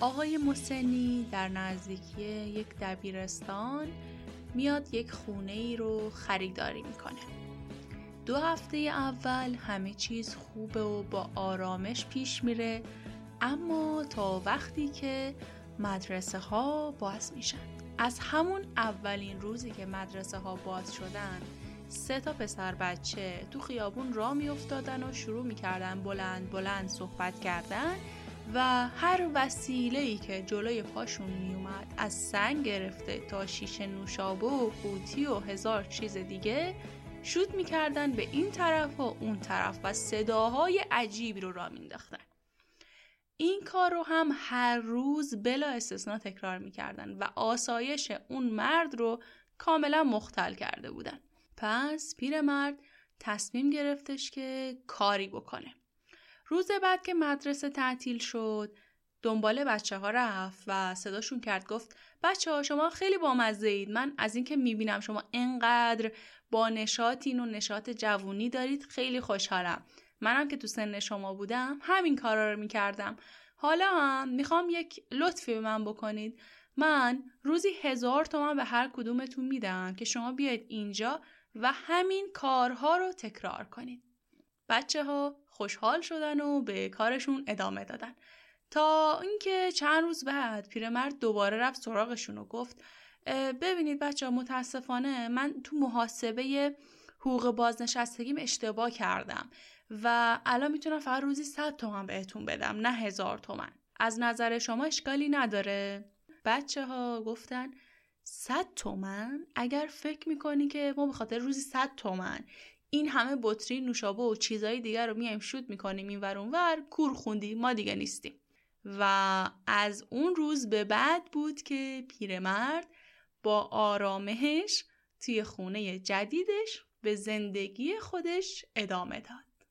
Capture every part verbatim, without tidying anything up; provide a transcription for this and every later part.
آقای مسنی در نزدیکی یک دبیرستان میاد یک خونه ای رو خریداری میکنه. دو هفته اول همه چیز خوبه و با آرامش پیش میره، اما تا وقتی که مدرسه ها باز میشن. از همون اولین روزی که مدرسه ها باز شدن، سه تا پسر بچه تو خیابون راه میافتادن و شروع میکردن بلند بلند صحبت کردن و هر وسیله‌ای که جلوی پاشون میومد، از سنگ گرفته تا شیشه نوشابه و قوطی و هزار چیز دیگه، شوت میکردن به این طرف و اون طرف و صداهای عجیبی رو راه مینداختن. این کار رو هم هر روز بلا استثناء تکرار میکردن و آسایش اون مرد رو کاملا مختل کرده بودن. پس پیرمرد تصمیم گرفتش که کاری بکنه. روز بعد که مدرسه تعطیل شد، دنبال بچه ها رفت و صداشون کرد، گفت بچه ها شما خیلی بامزه اید. من از این که میبینم شما اینقدر با نشاطین و نشاط جوونی دارید خیلی خوشحالم. منم که تو سن شما بودم همین کارا رو میکردم. حالا هم میخوام یک لطفی به من بکنید. من روزی هزار تومن به هر کدومتون میدم که شما بیاید اینجا و همین کارها رو تکرار کنید. بچه ها خوشحال شدن و به کارشون ادامه دادن، تا اینکه چند روز بعد پیرمرد دوباره رفت سراغشون و گفت ببینید بچه ها، متاسفانه من تو محاسبه حقوق بازنشستگیم اشتباه کردم و الان میتونم فقط روزی صد تومن بهتون بدم، نه هزار تومن. از نظر شما اشکالی نداره؟ بچه ها گفتن صد تومن؟ اگر فکر میکنی که ما به خاطر روزی صد تومن این همه بطری نوشابه و چیزای دیگر رو میایم شوت میکنیم این ور اون ور، کور خوندی، ما دیگه نیستیم. و از اون روز به بعد بود که پیرمرد با آرامش توی خونه جدیدش به زندگی خودش ادامه داد.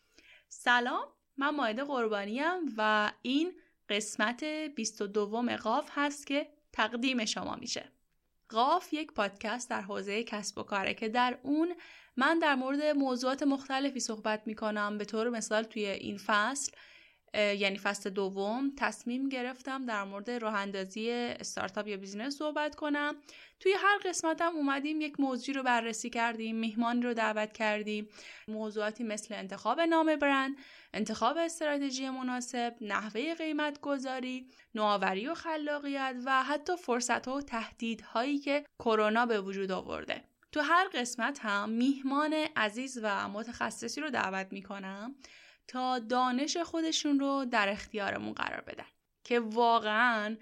سلام، من مائده قربانیم و این قسمت بیست و دوم قاف هست که تقدیم شما میشه. قاف یک پادکست در حوزه کسب و کاره که در اون من در مورد موضوعات مختلفی صحبت میکنم. به طور مثال توی این فصل، یعنی فصل دوم، تصمیم گرفتم در مورد راه اندازی استارتاپ یا بیزینس صحبت کنم. توی هر قسمتم اومدیم یک موضوع رو بررسی کردیم، میهمان رو دعوت کردیم، موضوعاتی مثل انتخاب نام برند، انتخاب استراتژی مناسب، نحوه قیمت گذاری، نوآوری و خلاقیت و حتی فرصت‌ها و تهدیدهایی که کرونا به وجود آورده. تو هر قسمت هم میهمان عزیز و متخصصی رو دعوت میکنم تا دانش خودشون رو در اختیارمون قرار بدن، که واقعاً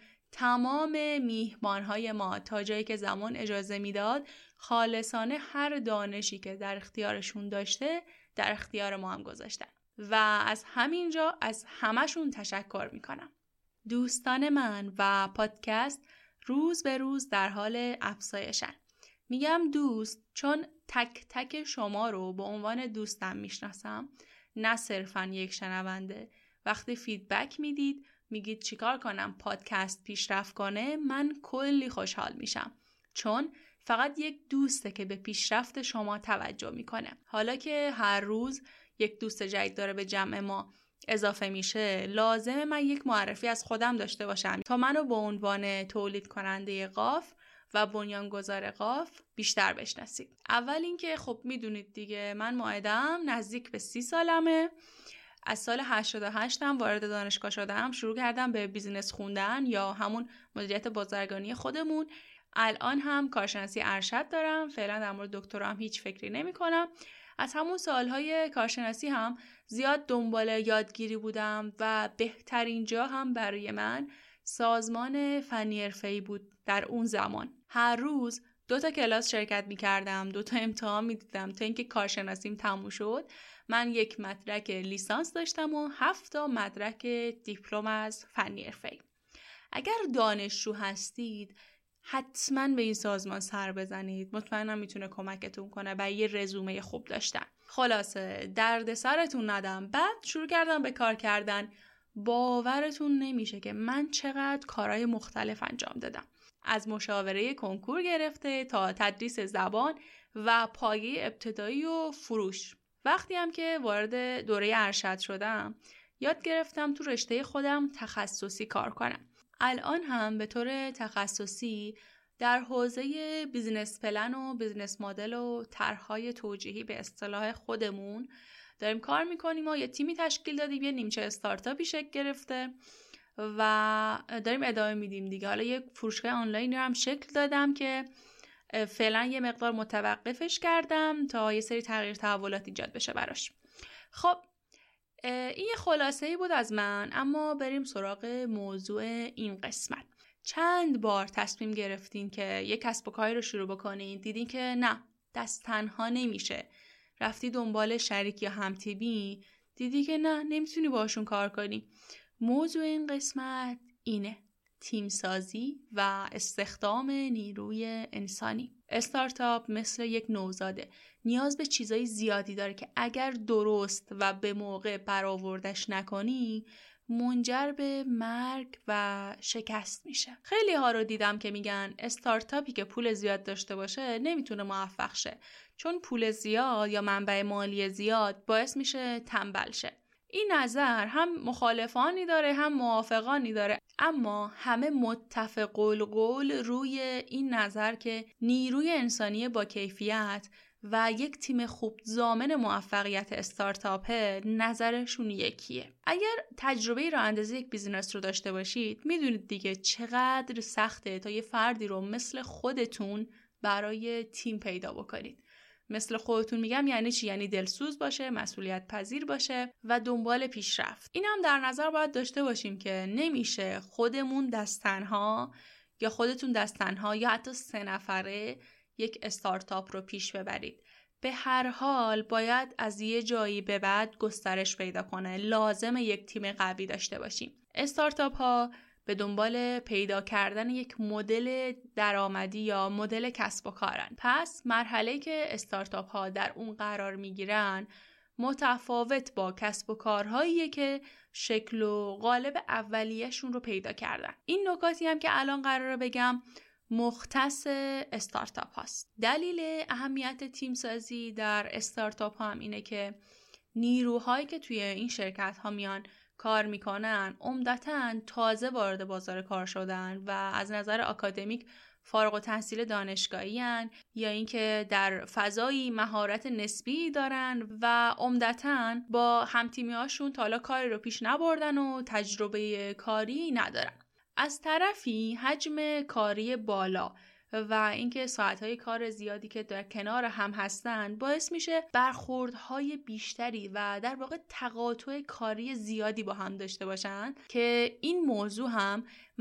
تمام میهمانهای ما تا جایی که زمان اجازه میداد خالصانه هر دانشی که در اختیارشون داشته در اختیار ما هم گذاشتن و از همینجا از همشون تشکر میکنم. دوستان من و پادکست روز به روز در حال افزایشن. میگم دوست چون تک تک شما رو به عنوان دوستم میشناسم، نه صرفاً یک شنونده. وقتی فیدبک میدید، میگید چیکار کنم پادکست پیشرفت کنه، من کلی خوشحال میشم، چون فقط یک دوسته که به پیشرفت شما توجه میکنه. حالا که هر روز یک دوست جدید داره به جمع ما اضافه میشه، لازمه من یک معرفی از خودم داشته باشم تا منو به عنوان تولید کننده قاف و بنیانگذار قاف بیشتر بشناسید. اول اینکه خب میدونید دیگه، من مائده‌ام، نزدیک به سی سالمه. از سال هشتاد و هشت هم وارد دانشگاه شدم، شروع کردم به بیزینس خوندن یا همون مدیریت بازرگانی خودمون. الان هم کارشناسی ارشد دارم. فعلا در مورد دکترام هیچ فکری نمی کنم. از همون سالهای کارشناسی هم زیاد دنبال یادگیری بودم و بهترین جا هم برای من سازمان فنی حرفه‌ای بود. در اون زمان هر روز دو تا کلاس شرکت می‌کردم، دو تا امتحان می‌دیدم تا اینکه کارشناسیم تموم شد. من یک مدرک لیسانس داشتم و هفت تا مدرک دیپلم از فنی حرفه‌ای. اگر دانشجو هستید حتما به این سازمان سر بزنید. مطمئنم میتونه کمکتون کنه برای یه رزومه خوب داشتن. خلاصه درد سرتون ندم. بعد شروع کردم به کار کردن. باورتون نمیشه که من چقدر کارهای مختلف انجام دادم. از مشاوره کنکور گرفته تا تدریس زبان و پایه ابتدایی و فروش. وقتی هم که وارد دوره ارشد شدم، یاد گرفتم تو رشته خودم تخصصی کار کنم. الان هم به طور تخصصی در حوزه بیزنس پلن و بیزنس مدل و طرح‌های توجیهی به اصطلاح خودمون داریم کار میکنیم و یه تیمی تشکیل دادیم، یه نیمچه استارتاپی شکل گرفته و داریم ادامه میدیم دیگه. حالا یه فروشگاه آنلاین رو هم شکل دادم که فعلا یه مقدار متوقفش کردم تا یه سری تغییر تحولات ایجاد بشه براش. خب این یه خلاصه‌ای بود از من، اما بریم سراغ موضوع این قسمت. چند بار تصمیم گرفتین که یک کسب و کاری رو شروع بکنین، دیدین که نه، دست تنها نمیشه، رفتی دنبال شریک یا هم‌تیمی، دیدی که نه، نمیتونی باشون کار کنی. موضوع این قسمت اینه: تیم سازی و استخدام نیروی انسانی. استارتاپ مثل یک نوزاده، نیاز به چیزای زیادی داره که اگر درست و به موقع برآوردش نکنی منجر به مرگ و شکست میشه. خیلی ها رو دیدم که میگن استارتاپی که پول زیاد داشته باشه نمیتونه موفق شه، چون پول زیاد یا منبع مالی زیاد باعث میشه تنبل شه. این نظر هم مخالفانی داره هم موافقانی داره، اما همه متفق القول روی این نظر که نیروی انسانی با کیفیت و یک تیم خوب ضامن موفقیت استارتاپ نظرشون یکیه. اگر تجربه راه اندازی یک بیزینس رو داشته باشید میدونید دیگه چقدر سخته تا یه فردی رو مثل خودتون برای تیم پیدا بکنید. مثل خودتون میگم یعنی چی؟ یعنی دلسوز باشه، مسئولیت پذیر باشه و دنبال پیشرفت. این هم در نظر باید داشته باشیم که نمیشه خودمون دست تنها یا خودتون دست تنها یا حتی سه نفره یک استارتاپ رو پیش ببرید. به هر حال باید از یه جایی به بعد گسترش پیدا کنه. لازمه یک تیم قوی داشته باشیم. استارتاپ ها به دنبال پیدا کردن یک مدل درآمدی یا مدل کسب و کارن. پس مرحله‌ای که استارتاپ ها در اون قرار میگیرن متفاوت با کسب و کارهاییه که شکل و قالب اولیه‌شون رو پیدا کردن. این نکاتی هم که الان قراره بگم مختص استارتاپ هاست. دلیل اهمیت تیم سازی در استارتاپ ها هم اینه که نیروهایی که توی این شرکت ها میان کار میکنن عمدتاً تازه وارد بازار کار شدن و از نظر آکادمیک فارغ التحصیل دانشگاهی هن یا اینکه در فضایی مهارت نسبی دارن و عمدتاً با همتیمیاشون تا حالا کاری رو پیش نبردن و تجربه کاری ندارن. از طرفی حجم کاری بالا و اینکه ساعتهای کار زیادی که در کنار هم هستن باعث میشه برخوردهای بیشتری و در واقع تقاطع کاری زیادی با هم داشته باشن که این موضوع هم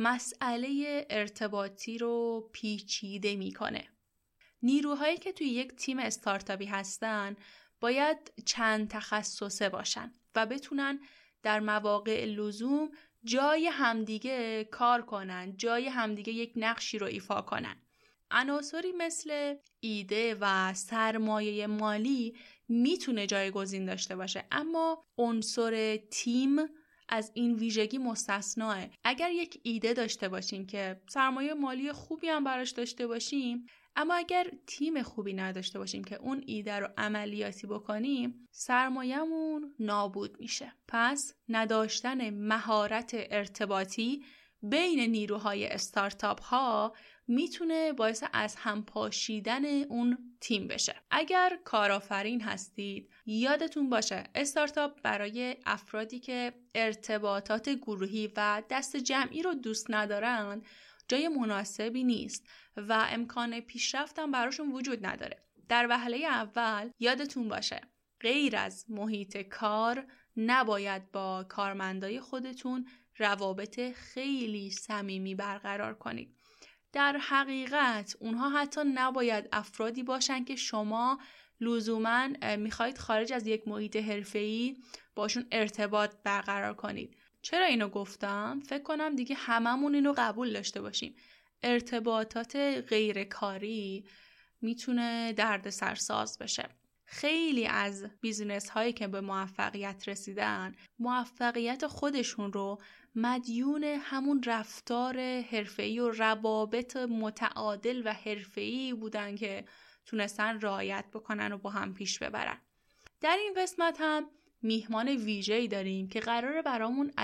مسئله ارتباطی رو پیچیده میکنه. نیروهایی که توی یک تیم استارتاپی هستن باید چند تخصصه باشن و بتونن در مواقع لزوم جای همدیگه کار کنن، جای همدیگه یک نقشی رو ایفا کنن. عناصری مثل ایده و سرمایه مالی میتونه جایگزین داشته باشه، اما عنصر تیم از این ویژگی مستثناه. اگر یک ایده داشته باشیم که سرمایه مالی خوبی هم براش داشته باشیم، اما اگر تیم خوبی نداشته باشیم که اون ایده رو عملیاتی بکنیم، سرمایه‌مون نابود میشه. پس نداشتن مهارت ارتباطی بین نیروهای استارتاپ ها میتونه باعث از هم پاشیدن اون تیم بشه. اگر کارآفرین هستید یادتون باشه استارتاپ برای افرادی که ارتباطات گروهی و دست جمعی رو دوست ندارن جای مناسبی نیست و امکان پیشرفت هم براشون وجود نداره. در وهله اول یادتون باشه غیر از محیط کار نباید با کارمندای خودتون روابط خیلی صمیمی برقرار کنید. در حقیقت اونها حتی نباید افرادی باشن که شما لزوماً میخواید خارج از یک محیط حرفه‌ای باشون ارتباط برقرار کنید. چرا اینو گفتم؟ فکر کنم دیگه هممون اینو قبول داشته باشیم. ارتباطات غیر کاری میتونه دردسرساز بشه. خیلی از بیزینس هایی که به موفقیت رسیدن موفقیت خودشون رو مدیون همون رفتار حرفه‌ای و روابط متعادل و حرفه‌ای بودن که تونستن رعایت بکنن و با هم پیش ببرن. در این قسمت هم میهمان ویژه‌ای داریم که قراره برامون از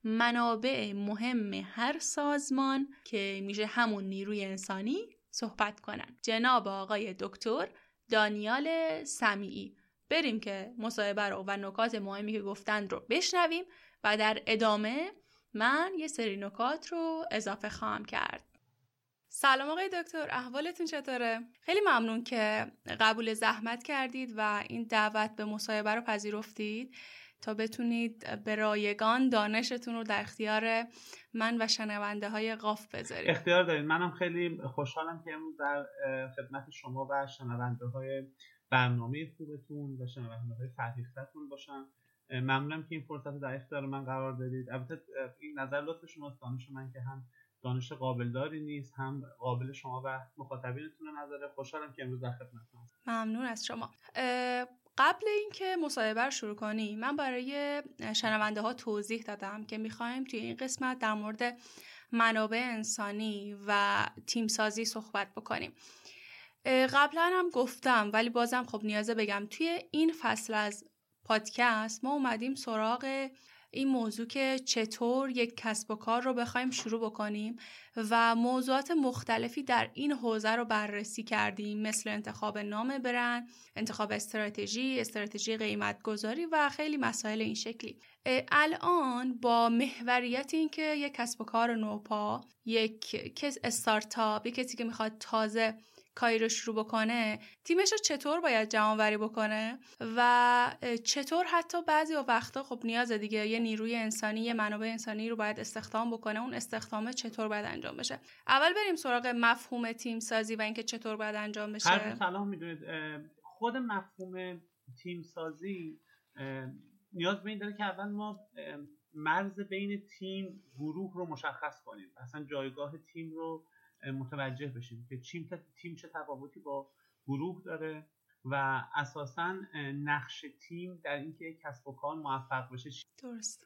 منابع مهم هر سازمان که میشه همون نیروی انسانی صحبت کنن. جناب آقای دکتر دانیال سمیعی. بریم که مصاحبه رو و نکات مهمی که گفتند رو بشنویم و در ادامه من یه سری نکات رو اضافه خواهم کرد. سلام آقای دکتر، احوالتون چطوره؟ خیلی ممنون که قبول زحمت کردید و این دعوت به مصاحبه رو پذیرفتید تا بتونید به رایگان دانشتون رو در اختیار من و شنونده های قاف بذارید. اختیار دارید. منم خیلی خوشحالم که امروز در خدمت شما و شنونده های برنامه خوبتون و شنونده های فرهیختتون باشم. ممنونم که این فرصت رو در اختیار من قرار دادید. البته این نظر لطف شماست، دانش من که هم دانش قابلداری نیست هم قابل شما و مخاطبینتون نظر. خوشحالم که امروز در خدمتتون. ممنون از شما. قبل اینکه مصاحبه رو شروع کنیم من برای شنونده ها توضیح دادم که میخوایم توی این قسمت در مورد منابع انسانی و تیم سازی صحبت بکنیم. قبلا هم گفتم ولی بازم خب نیازه بگم، توی این فصل از پادکست ما اومدیم سراغ این موضوع که چطور یک کسب و کار رو بخوایم شروع بکنیم و موضوعات مختلفی در این حوزه رو بررسی کردیم، مثل انتخاب نام برند، انتخاب استراتژی، استراتژی قیمت گذاری و خیلی مسائل این شکلی. الان با محوریت این که یک کسب و کار نوپا، یک کس استارتاپ، یک کسی که میخواد تازه کاری رو شروع بکنه، تیمش رو چطور باید جمع‌آوری بکنه و چطور حتی بعضی وقتا خب نیاز دیگه یه نیروی انسانی، یه منابع انسانی رو باید استخدام بکنه، اون استخدامه چطور باید انجام بشه. اول بریم سراغ مفهوم تیم سازی و اینکه چطور باید انجام بشه. هر سلام. میدونید خود مفهوم تیم سازی نیاز به این داره که اول ما مرز بین تیم، گروه رو مشخص کنیم، اصلا جایگاه تیم رو متوجه بشیم که تیم چه تفاوتی با گروه داره و اساساً نقش تیم در اینکه یک کسب و کار موفق بشه. درست.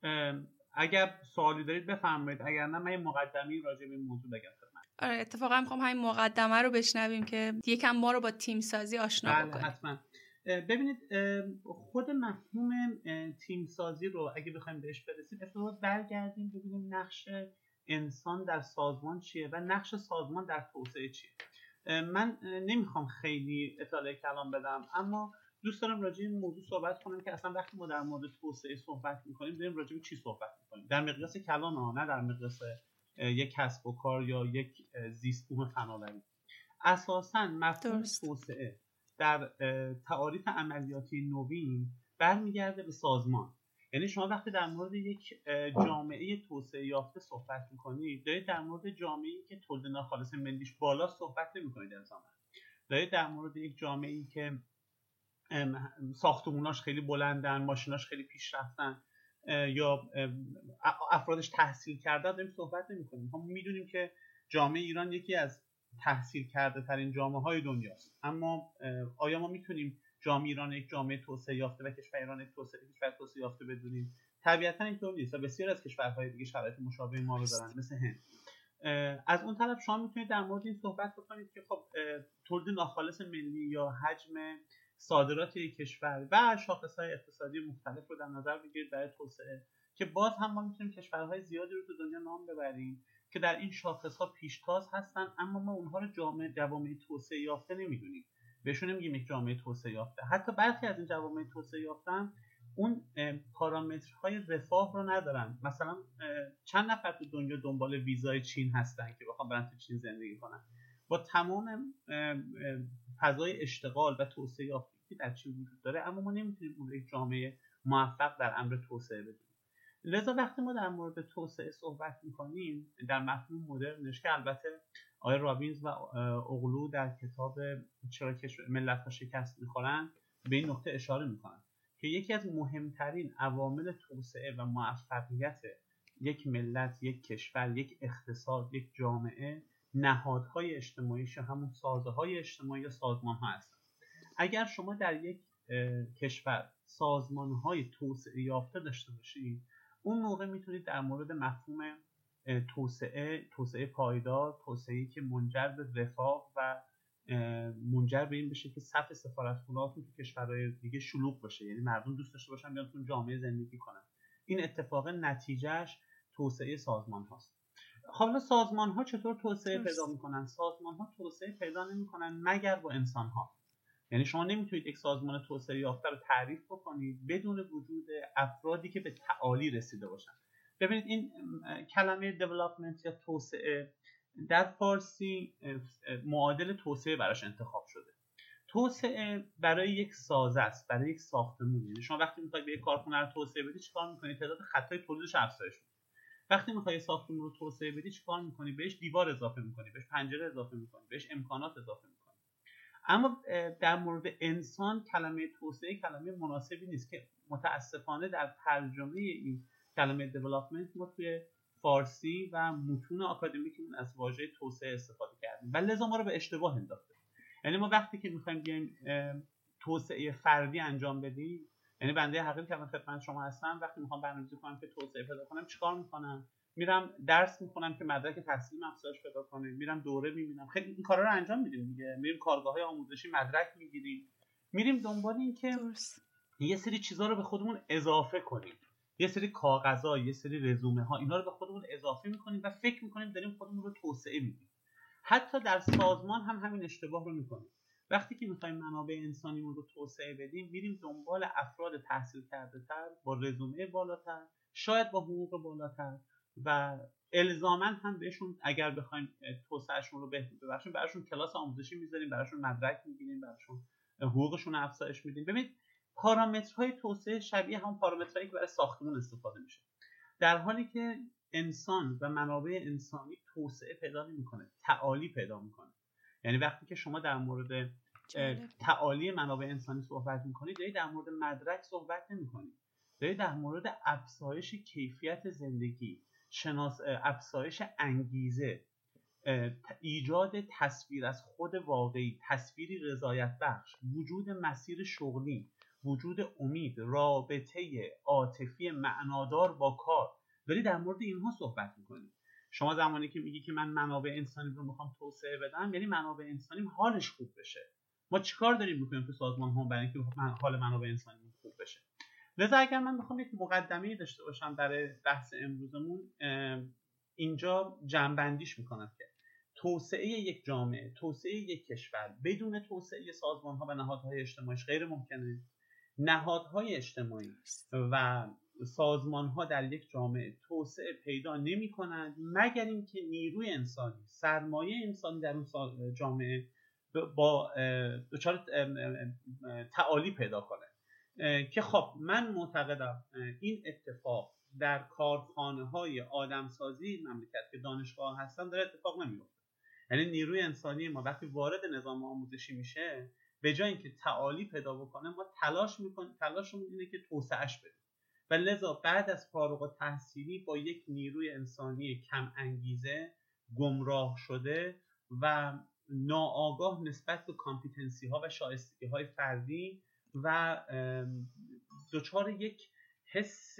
اگر سوالی دارید بفرمایید، اگر نه من یه مقدمه‌ای راجع به این موضوع بگم خدمت. آره اتفاقا میخوام همین مقدمه رو بشنویم که یکم ما رو با تیم سازی آشنا بله بکنیم. حتما. ببینید خود مفهوم تیم سازی رو اگه بخوایم بهش برسیم ابتدا برگردیم ببینیم نقش انسان در سازمان چیه و نقش سازمان در توسعه چیه. من نمیخوام خیلی اطلاع کلام بدم، اما دوست دارم راجع به این موضوع صحبت کنم که اصلا وقتی ما در مورد توسعه صحبت میکنیم داریم راجع به چی صحبت میکنیم، در مقیاس کلان ها، نه در مقیاس یک کسب و کار یا یک زیست بوم فناوری. اساساً مفهوم توسعه در تعاریف عملیاتی نوین برمیگرده به سازمان. یعنی شما وقتی در مورد یک جامعه توسعه یافته صحبت میکنید دارید در مورد جامعه‌ای که تولید ناخالص ملیش بالا صحبت نمی‌کنید الزاما. دارید در مورد یک جامعه‌ای که ساختموناش خیلی بلندن، ماشیناش خیلی پیشرفتن یا افرادش تحصیل کرده داریم صحبت نمی‌کنیم. ما میدونیم که جامعه ایران یکی از تحصیل کرده ترین جامعه‌های دنیاست، اما آیا ما میتونیم جامعه ایران یک جامعه توسعه یافته و کشور ایران یک توسعه کشور توسعه یافته بدونیم؟ طبیعتاً اینطور نیست و بسیار از کشورهای دیگه شرایط مشابه ما رو دارن، مثل هند. از اون طرف شما میتونید در مورد این صحبت بکنید که خب تولید ناخالص ملی یا حجم صادرات یک کشور و شاخص‌های اقتصادی مختلف رو در نظر بگیرید برای توسعه، که باز هم ما میتونیم کشورهای زیادی رو تو دنیا نام ببریم که در این شاخص‌ها پیشتاز هستن، اما ما اونها رو جامعه جوامع توسعه یافته نمیدونیم، بهشون نمیگیم یک جامعه توسعه یافته. حتی برخی از این جوامع توسعه یافته هم اون پارامترهای رفاه رو ندارن. مثلا چند نفر تو دنیا دنبال ویزای چین هستن که بخوام برن تو چین زندگی کنن، با تمام فضای اشتغال و توسعه یافته که در چین وجود داره، اما ما نمیتونیم اون یک جامعه موفق در امر توسعه بدونیم. لذا وقتی ما در مورد توسعه صحبت میکنیم در مفهوم مدرنش که البته آقای رابینز و اغلو در کتاب چرا ملت‌ها شکست میخورن به این نکته اشاره میکنن که یکی از مهمترین عوامل توسعه و موفقیت یک ملت، یک کشور، یک اقتصاد، یک جامعه نهادهای اجتماعیش، همون سازه‌های اجتماعی یا سازمان‌ها هستن. اگر شما در یک کشور سازمان‌های توسعه یافته داشته باشید، اون موقع میتونید در مورد مفهوم توسعه، توسعه پایدار، توسعه‌ای که منجر به رفاه و منجر به این بشه که صف سفارتخونه‌هاتون تو کشورهای دیگه شلوغ بشه، یعنی مردم دوست داشته باشن بیان تو جامعه زندگی کنن، این اتفاق نتیجهش توسعه سازمان هاست. حالا سازمان ها چطور توسعه پیدا میکنن؟ سازمان ها توسعه پیدا نمیکنن مگر با انسان ها. یعنی شما نمیتونید یک سازمان توسعه یافته رو تعریف بکنید بدون وجود افرادی که به تعالی رسیده باشن. ببینید این کلمه دیولپمنت یا توسعه در فارسی معادل توسعه براش انتخاب شده. توسعه برای یک سازه است، برای یک ساختمون. یعنی شما وقتی میخواید به یک کارخونه رو توسعه بدید چیکار میکنید؟ تعداد خطای تولیدش افزایش میدید. وقتی میخوای ساختمون رو توسعه بدی چیکار میکنی؟ بهش دیوار اضافه میکنی، بهش پنجره اضافه میکنی، بهش امکانات اضافه میکنی. اما در مورد انسان کلمه توسعه کلمه مناسبی نیست که متاسفانه در ترجمه این کلمه دیولپمنت ما توی فارسی و متون آکادمیکمون از واژه توسعه استفاده کردیم و لذا ما رو به اشتباه انداخته. یعنی ما وقتی که میخوایم بیایم توسعه فردی انجام بدیم، یعنی بنده حقیقی که من خدمت شما هستم، وقتی میخوام برنامه‌ریزی کنم که توسعه پیدا کنم چیکار میکنم؟ میرم درس میخونم که مدرک تحصیلیم افزایش پیدا کنه، میرم دوره میبینم، خیلی این کارا رو انجام میدیم دیگه، میریم کارگاه‌های آموزشی مدرک میگیریم، میریم دنبال این که یه سری چیزا رو به خودمون اضافه کنیم، یه سری کاغذها، یه سری رزومه ها، اینا رو به خودمون اضافه میکنیم و فکر میکنیم داریم خودمون رو توسعه میدیم. حتی در سازمان هم همین اشتباه رو میکنیم. وقتی که میخوایم منابع انسانیمون رو توسعه بدیم، میریم دنبال افراد تحصیل کرده تر با رزومه بالاتر، شاید با حقوق بالاتر و الزاما هم بهشون اگر بخوایم توسعهشون رو ببخشیم براشون کلاس آموزشی میذاریم، براشون مدرک میگیریم، براشون حقوقشون رو افزایش میدیم. ببینید پارامترهای توسعه شبیه هم پارامترهایی که برای ساختمون استفاده میشه، در حالی که انسان و منابع انسانی توسعه پیدا نمیکنه، تعالی پیدا میکنه. یعنی وقتی که شما در مورد تعالی منابع انسانی صحبت میکنید، دارید در مورد مدرک صحبت نمیکنید، دارید در مورد افزایش کیفیت زندگی، شناس افزایش انگیزه، ایجاد تصویر از خود واقعی، تصویری رضایت بخش، وجود مسیر شغلی، وجود امید، رابطه عاطفی معنادار با کار، داری در مورد اینها صحبت میکنی. شما زمانی که میگی که من منابع انسانی رو میخوام توسعه بدم، یعنی منابع انسانی حالش خوب بشه. ما چیکار داریم میکنیم تو سازمان ها برای اینکه حال منابع انسانی خوب بشه؟ لذا اگر من بخوام یک مقدمه‌ای داشته باشم برای بحث امروزمون، اینجا جمع‌بندیش میکنم که توسعه یک جامعه، توسعه یک کشور بدون توسعه سازمان‌ها و نهادهای اجتماعیش غیر ممکنه. نهادهای اجتماعی و سازمان‌ها در یک جامعه توسعه پیدا نمی‌کنند مگر اینکه نیروی انسانی، سرمایه انسانی در اون جامعه با دچار تعالی پیدا کنه. که خب من معتقدم این اتفاق در کارخانه‌های آدمسازی مملکت که دانشگاه هستن داره اتفاق نمی‌افته. یعنی نیروی انسانی ما وقتی وارد نظام آموزشی میشه، به جای اینکه تعالی پیدا بکنه، ما تلاش میکنیم تلاشمون اینه که توسعهش بدیم و لذا بعد از فارغ التحصیلی با یک نیروی انسانی کم انگیزه، گمراه شده و ناآگاه نسبت به کامپیتنسی ها و شایستگی های فردی و دچار یک حس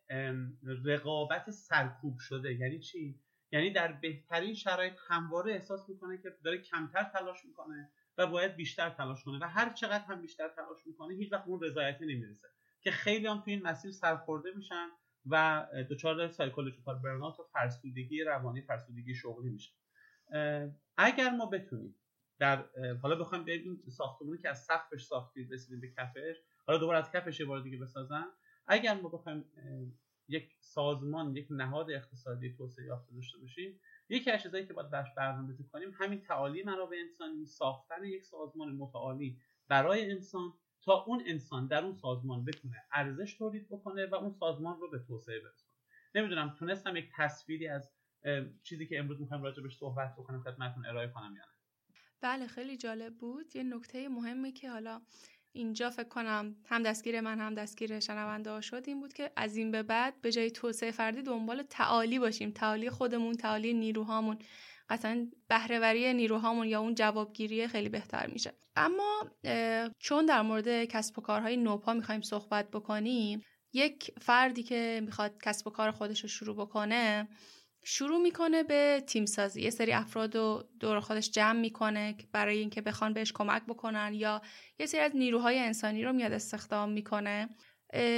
رقابت سرکوب شده. یعنی چی؟ یعنی در بهترین شرایط همواره احساس میکنه که داره کمتر تلاش میکنه و باید بیشتر تلاش کنه و هر چقدر هم بیشتر تلاش میکنه هیچ وقت اون رضایت نمیرسه، که خیلی هم تو این مسیر سرخورده میشن و دچار سایکولوژیکال برن‌آوت و فرسودگی روانی، فرسودگی شغلی میشن. اگر ما بتونیم در حالا بخوایم ببینیم ساختمونی که از سقفش ساختیم رسیدیم به کفش، حالا دوباره از کفش یه بار دیگه بسازن، اگر ما بخوایم یک سازمان، یک نهاد اقتصادی توسعه یافته داشته باشیم، یکی از چیزایی که باید بهش برنامه‌ریزی کنیم همین تعالی منابع انسانی، ساختن یک سازمان متعالی برای انسان تا اون انسان در اون سازمان بتونه ارزش تولید بکنه و اون سازمان رو به توسعه برسونه. نمیدونم تونستم یک تصویری از چیزی که امروز می‌خوایم راجع بهش صحبت بکنم خدمتتون ارائه کنم یا نه؟ بله خیلی جالب بود. یه نکته مهمی که حالا اینجا فکر کنم هم دستگیر من هم دستگیر شنونده ها شد این بود که از این به بعد به جای توسعه فردی دنبال تعالی باشیم، تعالی خودمون، تعالی نیروهامون، قطعا بهره‌وری نیروهامون یا اون جوابگیری خیلی بهتر میشه. اما چون در مورد کسب و کارهای نوپا میخوایم صحبت بکنیم، یک فردی که میخواد کسب و کار خودش رو شروع بکنه شروع میکنه به تیم سازی. یه سری افراد رو دور خودش جمع میکنه برای اینکه بخوان بهش کمک بکنن یا یه سری از نیروهای انسانی رو میاد استخدام میکنه.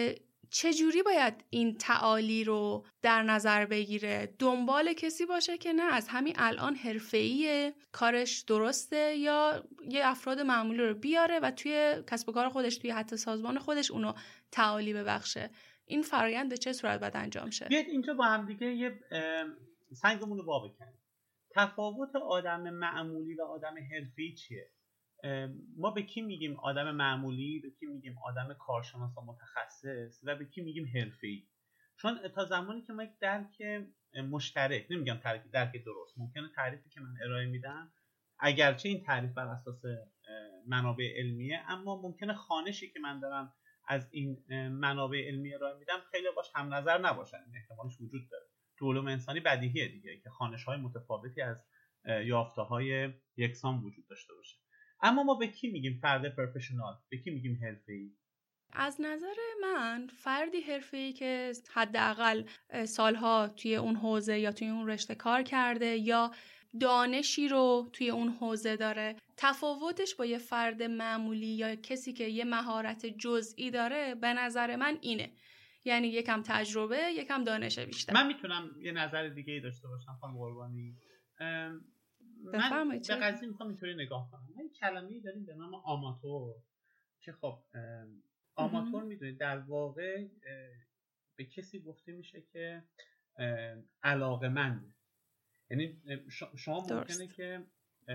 چجوری باید این تعالی رو در نظر بگیره؟ دنبال کسی باشه که نه از همین الان حرفه‌ایه، کارش درسته، یا یه افراد معمولی رو بیاره و توی کسب و کار خودش، توی حتی سازمان خودش اونو تعالی ببخشه؟ این فرآیند به چه صورت باید انجام شه؟ بیاید اینجا با هم دیگه یه سنگمون رو وا بکنیم. تفاوت آدم معمولی و آدم حرفه‌ای چیه؟ ما به کی میگیم آدم معمولی، به کی میگیم آدم کارشناس و متخصص، و به کی میگیم حرفه‌ای؟ چون تا زمانی که ما یک درک مشترک، نمیگم درک درک درست، ممکنه تعریفی که من ارائه میدم اگرچه این تعریف بر اساس منابع علمیه، اما ممکنه خوانشی که من دارم از این منابع علمی ارائه میدم خیلی باش هم نظر نباشن. این احتمالش وجود داره. تو علوم انسانی بدیهیه دیگه که خوانش‌های متفاوتی از یافته‌های یکسان وجود داشته باشه. اما ما به کی میگیم فرد پروفشنال؟ به کی میگیم حرفه‌ای؟ از نظر من فردی حرفه‌ای که حداقل سالها توی اون حوزه یا توی اون رشته کار کرده یا دانشی رو توی اون حوزه داره، تفاوتش با یه فرد معمولی یا کسی که یه مهارت جزئی داره به نظر من اینه، یعنی یکم تجربه، یکم دانش بیشتر. من میتونم یه نظر دیگه ای داشته باشم خانم قربانی؟ من به قضیه میخوام اینطوری نگاه کنم. ما یک کلمه‌ای داریم به نام آماتور که خب آماتور میدونید در واقع به کسی گفته میشه که علاقه‌مند. یعنی شما ممکنه که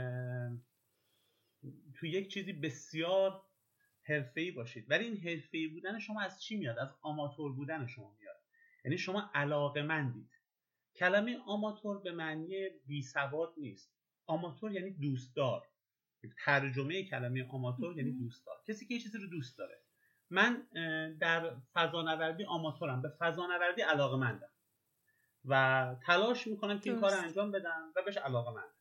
تو یک چیزی بسیار حرفه‌ای باشید، ولی این حرفه‌ای بودن شما از چی میاد؟ از آماتور بودن شما میاد. یعنی شما علاقه‌مندید. کلمه آماتور به معنی بی‌سواد نیست. آماتور یعنی دوستدار. ترجمه کلمه آماتور یعنی دوستدار، کسی که یه چیزی رو دوست داره. من در فضانوردی آماتورم، به فضانوردی علاقه‌مندم و تلاش میکنم که این کار رو انجام بدم و بهش علاقه‌مندم.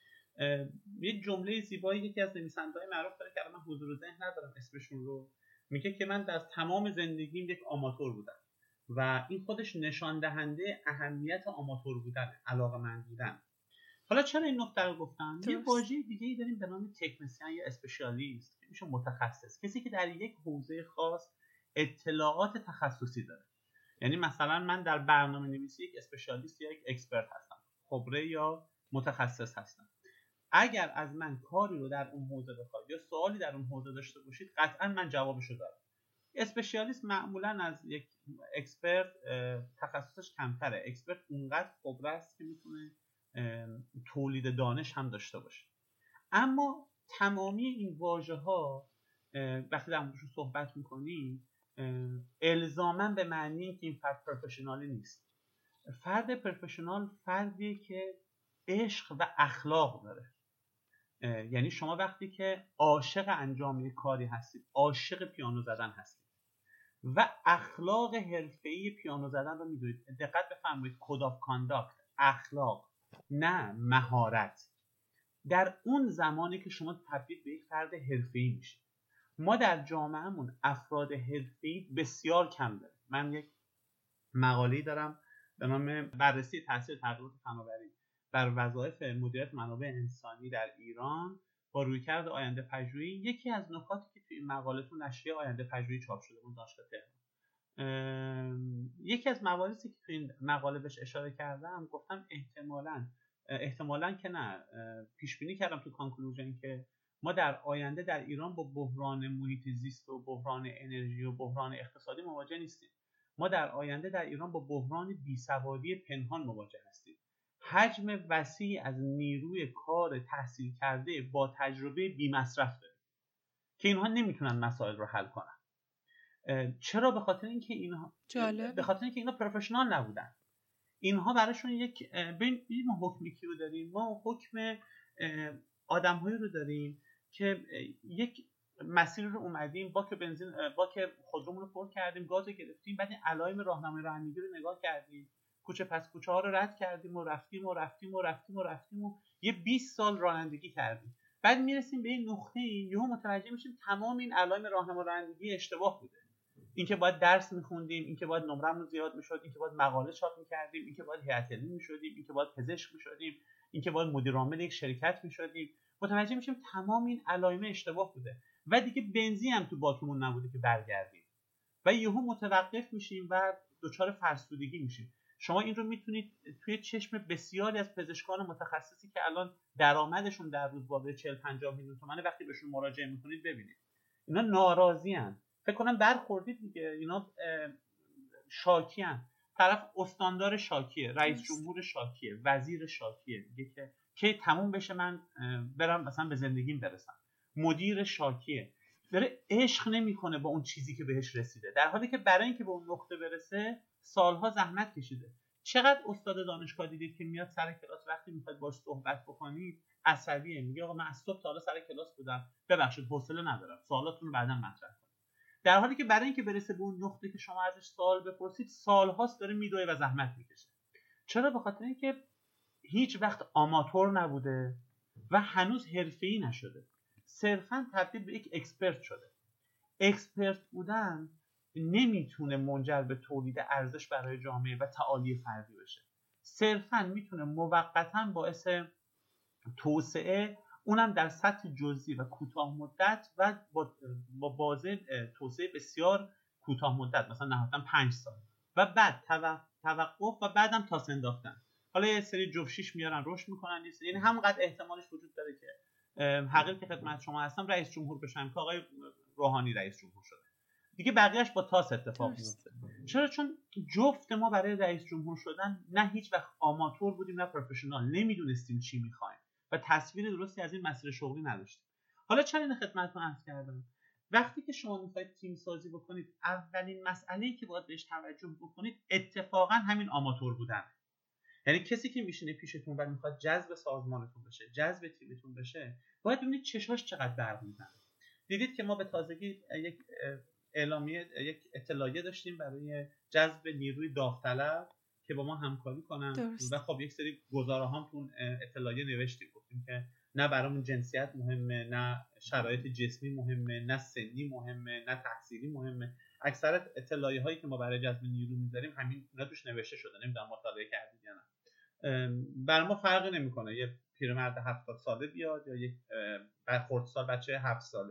یه جمله زیبایی یکی از نویسنده‌های معروف داره که من حضور ذهن ندارم اسمشون رو، میگه که من در تمام زندگیم یک آماتور بودم و این خودش نشان دهنده اهمیت آماتور بودن، علاقه‌مند بودن. حالا چرا این نکته رو گفتم؟ یه واژه دیگه‌ای داریم به نام تکنسین یا اسپشیالیست که میشه متخصص، کسی که در یک حوزه خاص اطلاعات تخصصی داره. یعنی مثلا من در برنامه‌نویسی یک اسپشیالیست یا یک اکسپرت هستم، خبره یا متخصص هستم. اگر از من کاری رو در اون حوزه بخواید یا سوالی در اون حوزه داشته باشید، قطعا من جوابشو دارم. اسپشیالیست معمولا از یک اکسپرت تخصصش کمتره. اکسپرت اونقدر خبره است که میتونه تولید دانش هم داشته باشه. اما تمامی این واژه‌ها وقتی در موردش صحبت می‌کنیم الزاماً به معنی که این فرد پروفشنالی نیست. فرد پروفشنال فردیه که عشق و اخلاق داره. یعنی شما وقتی که عاشق انجام یک کاری هستید، عاشق پیانو زدن هستید و اخلاق حرفه‌ای پیانو زدن رو می‌دونید، دقت بفرمایید، کد آف کانداکت، اخلاق نه مهارت، در اون زمانی که شما تبدیل به یک فرد حرفه‌ای میشید. ما در جامعهمون افراد حرفه‌ای بسیار کم داریم. من یک مقاله‌ای دارم به نام بررسی تاثیر تغییرات فناوری بر وظایف مدیریت منابع انسانی در ایران با رویکرد آینده پژوهی. یکی از نکاتی که توی این مقاله تو نشریه آینده پژوهی چاپ شده بود دانشگاه تهران، یکی از مواردی که توی این مقاله بهش اشاره کردم، گفتم احتمالاً احتمالاً که نه، پیش بینی کردم تو کانکلوژن که ما در آینده در ایران با بحران محیط زیست و بحران انرژی و بحران اقتصادی مواجه نیستیم. ما در آینده در ایران با بحران بیسوادی پنهان مواجه هستیم. حجم وسیعی از نیروی کار تحصیل کرده با تجربه بی‌مصرف داریم که اینها نمیتونن مسائل رو حل کنن. چرا؟ به خاطر اینکه اینها جالب. به خاطر اینکه اینا پروفشنال نبودن. اینها براشون یک ببین ما حکم کی رو داریم؟ ما حکم آدم‌هایی رو داریم که یک مسیر رو اومدیم، با که بنزین با که خودرومون رو پر کردیم، گاز گرفتیم، بعد این علائم راهنمای رانندگی رو نگاه کردیم، کوچه پس کوچه ها رو رد کردیم و رفتیم و رفتیم و رفتیم و رفتیم و یه بیست سال رانندگی کردیم. بعد میرسیم به این نقطه‌ای یهو متوجه میشیم تمام این علائم راهنمای رانندگی اشتباه بوده. اینکه باید درس می‌خوندیم، اینکه باید نمرمون زیاد می‌شد، اینکه باید مقاله چاپ می‌کردیم، اینکه باید هیئت علمی می‌شدیم، اینکه باید پزشک می‌شدیم، اینکه باید مدیر عامل یک شرکت می‌شدیم. متوجه میشیم تمام این علائم اشتباه بوده و دیگه بنزین هم تو باکمون نبوده که برگردیم. و یهو متوقف میشیم و دچار فرسودگی میشیم. شما این رو میتونید توی چشم بسیاری از پزشکان متخصصی که الان درآمدشون در روز بالای چهل پنجاه میلیون تومانه وقتی بهشون مراجعه میکنید ببینید اینا ناراضی‌ان. فکر کنم برخوردید دیگه، اینا شاکی‌ان. طرف استاندار شاکیه، رئیس جمهور شاکیه، وزیر شاکیه، میگه که کی تموم بشه من برم مثلا به زندگیم برسم. مدیر شاکیه، داره عشق نمیکنه با اون چیزی که بهش رسیده، در حالی که برای اینکه به اون نقطه برسه سالها زحمت کشیده. چقدر استاد دانشگاه دیدید که میاد سر کلاس وقتی میخواد باهاش صحبت بکنید عصبیه، میگه آقا من از صبح تا حالا سر کلاس بودم، ببخشید حوصله ندارم، سوالاتون رو بعدا مطرح کنید. در حالی که برای اینکه برسه به اون نقطه که شما ازش سوال بپرسید سالهاست داره میدوه و زحمت میکشه. چرا؟ به خاطر اینکه هیچ وقت آماتور نبوده و هنوز حرفه‌ای نشده، صرفاً تبدیل به یک اکسپرت شده. اکسپرت بودن نمیتونه منجر به تولید ارزش برای جامعه و تعالی فردی بشه، صرفاً میتونه موقتاً باعث توسعه، اونم در سطح جزئی و کوتاه مدت و با بازه توسعه بسیار کوتاه مدت، مثلا نهایتاً پنج سال و بعد توقف و بعدم تاس انداختن. حالا یه سری جفشیش میارن رشد میکنن، یعنی همونقدر احتمالش وجود داره که حقیقت که خدمت شما هستم رئیس جمهور بشم که آقای روحانی رئیس جمهور شده دیگه، بقیهش با تاس اتفاق میفته. چرا؟ چون جفت ما برای رئیس جمهور شدن نه هیچ وقت آماتور بودیم نه پروفشنال، نمیدونستیم چی میخوایم و تصویر درستی از این مسئله شغلی نداشتیم. حالا چرا این خدمتتون عرض کردم؟ وقتی که شما میخواید تیم سازی بکنید اولین مسئله‌ای که باید بهش توجه بکنید اتفاقا همین آماتور بودن. یعنی کسی که میشینه پیشتون و میخواد جذب سازمانتون بشه، جذب تیمتون بشه، باید ببینید چشاش چقدر برق میزنه. دیدید که ما به تازگی یک اعلامیه، یک اطلاعیه داشتیم برای جذب نیروی داوطلب که با ما همکاری کنن درست. و خب یک سری گزاره هم تو اطلاعیه نوشتیم، گفتیم که نه برامون جنسیت مهمه، نه شرایط جسمی مهمه، نه سنی مهمه، نه تحصیلی مهمه. اکثر اطلاعیه هایی که ما برای جذب نیرو میذاریم همین اینا توش نوشته شده. نمیدونم مطالعه کردید یا نه. برای ما فرقی نمیکنه یه پیرمرد هفتاد ساله بیاد یا یک خردسال بچه هفت ساله.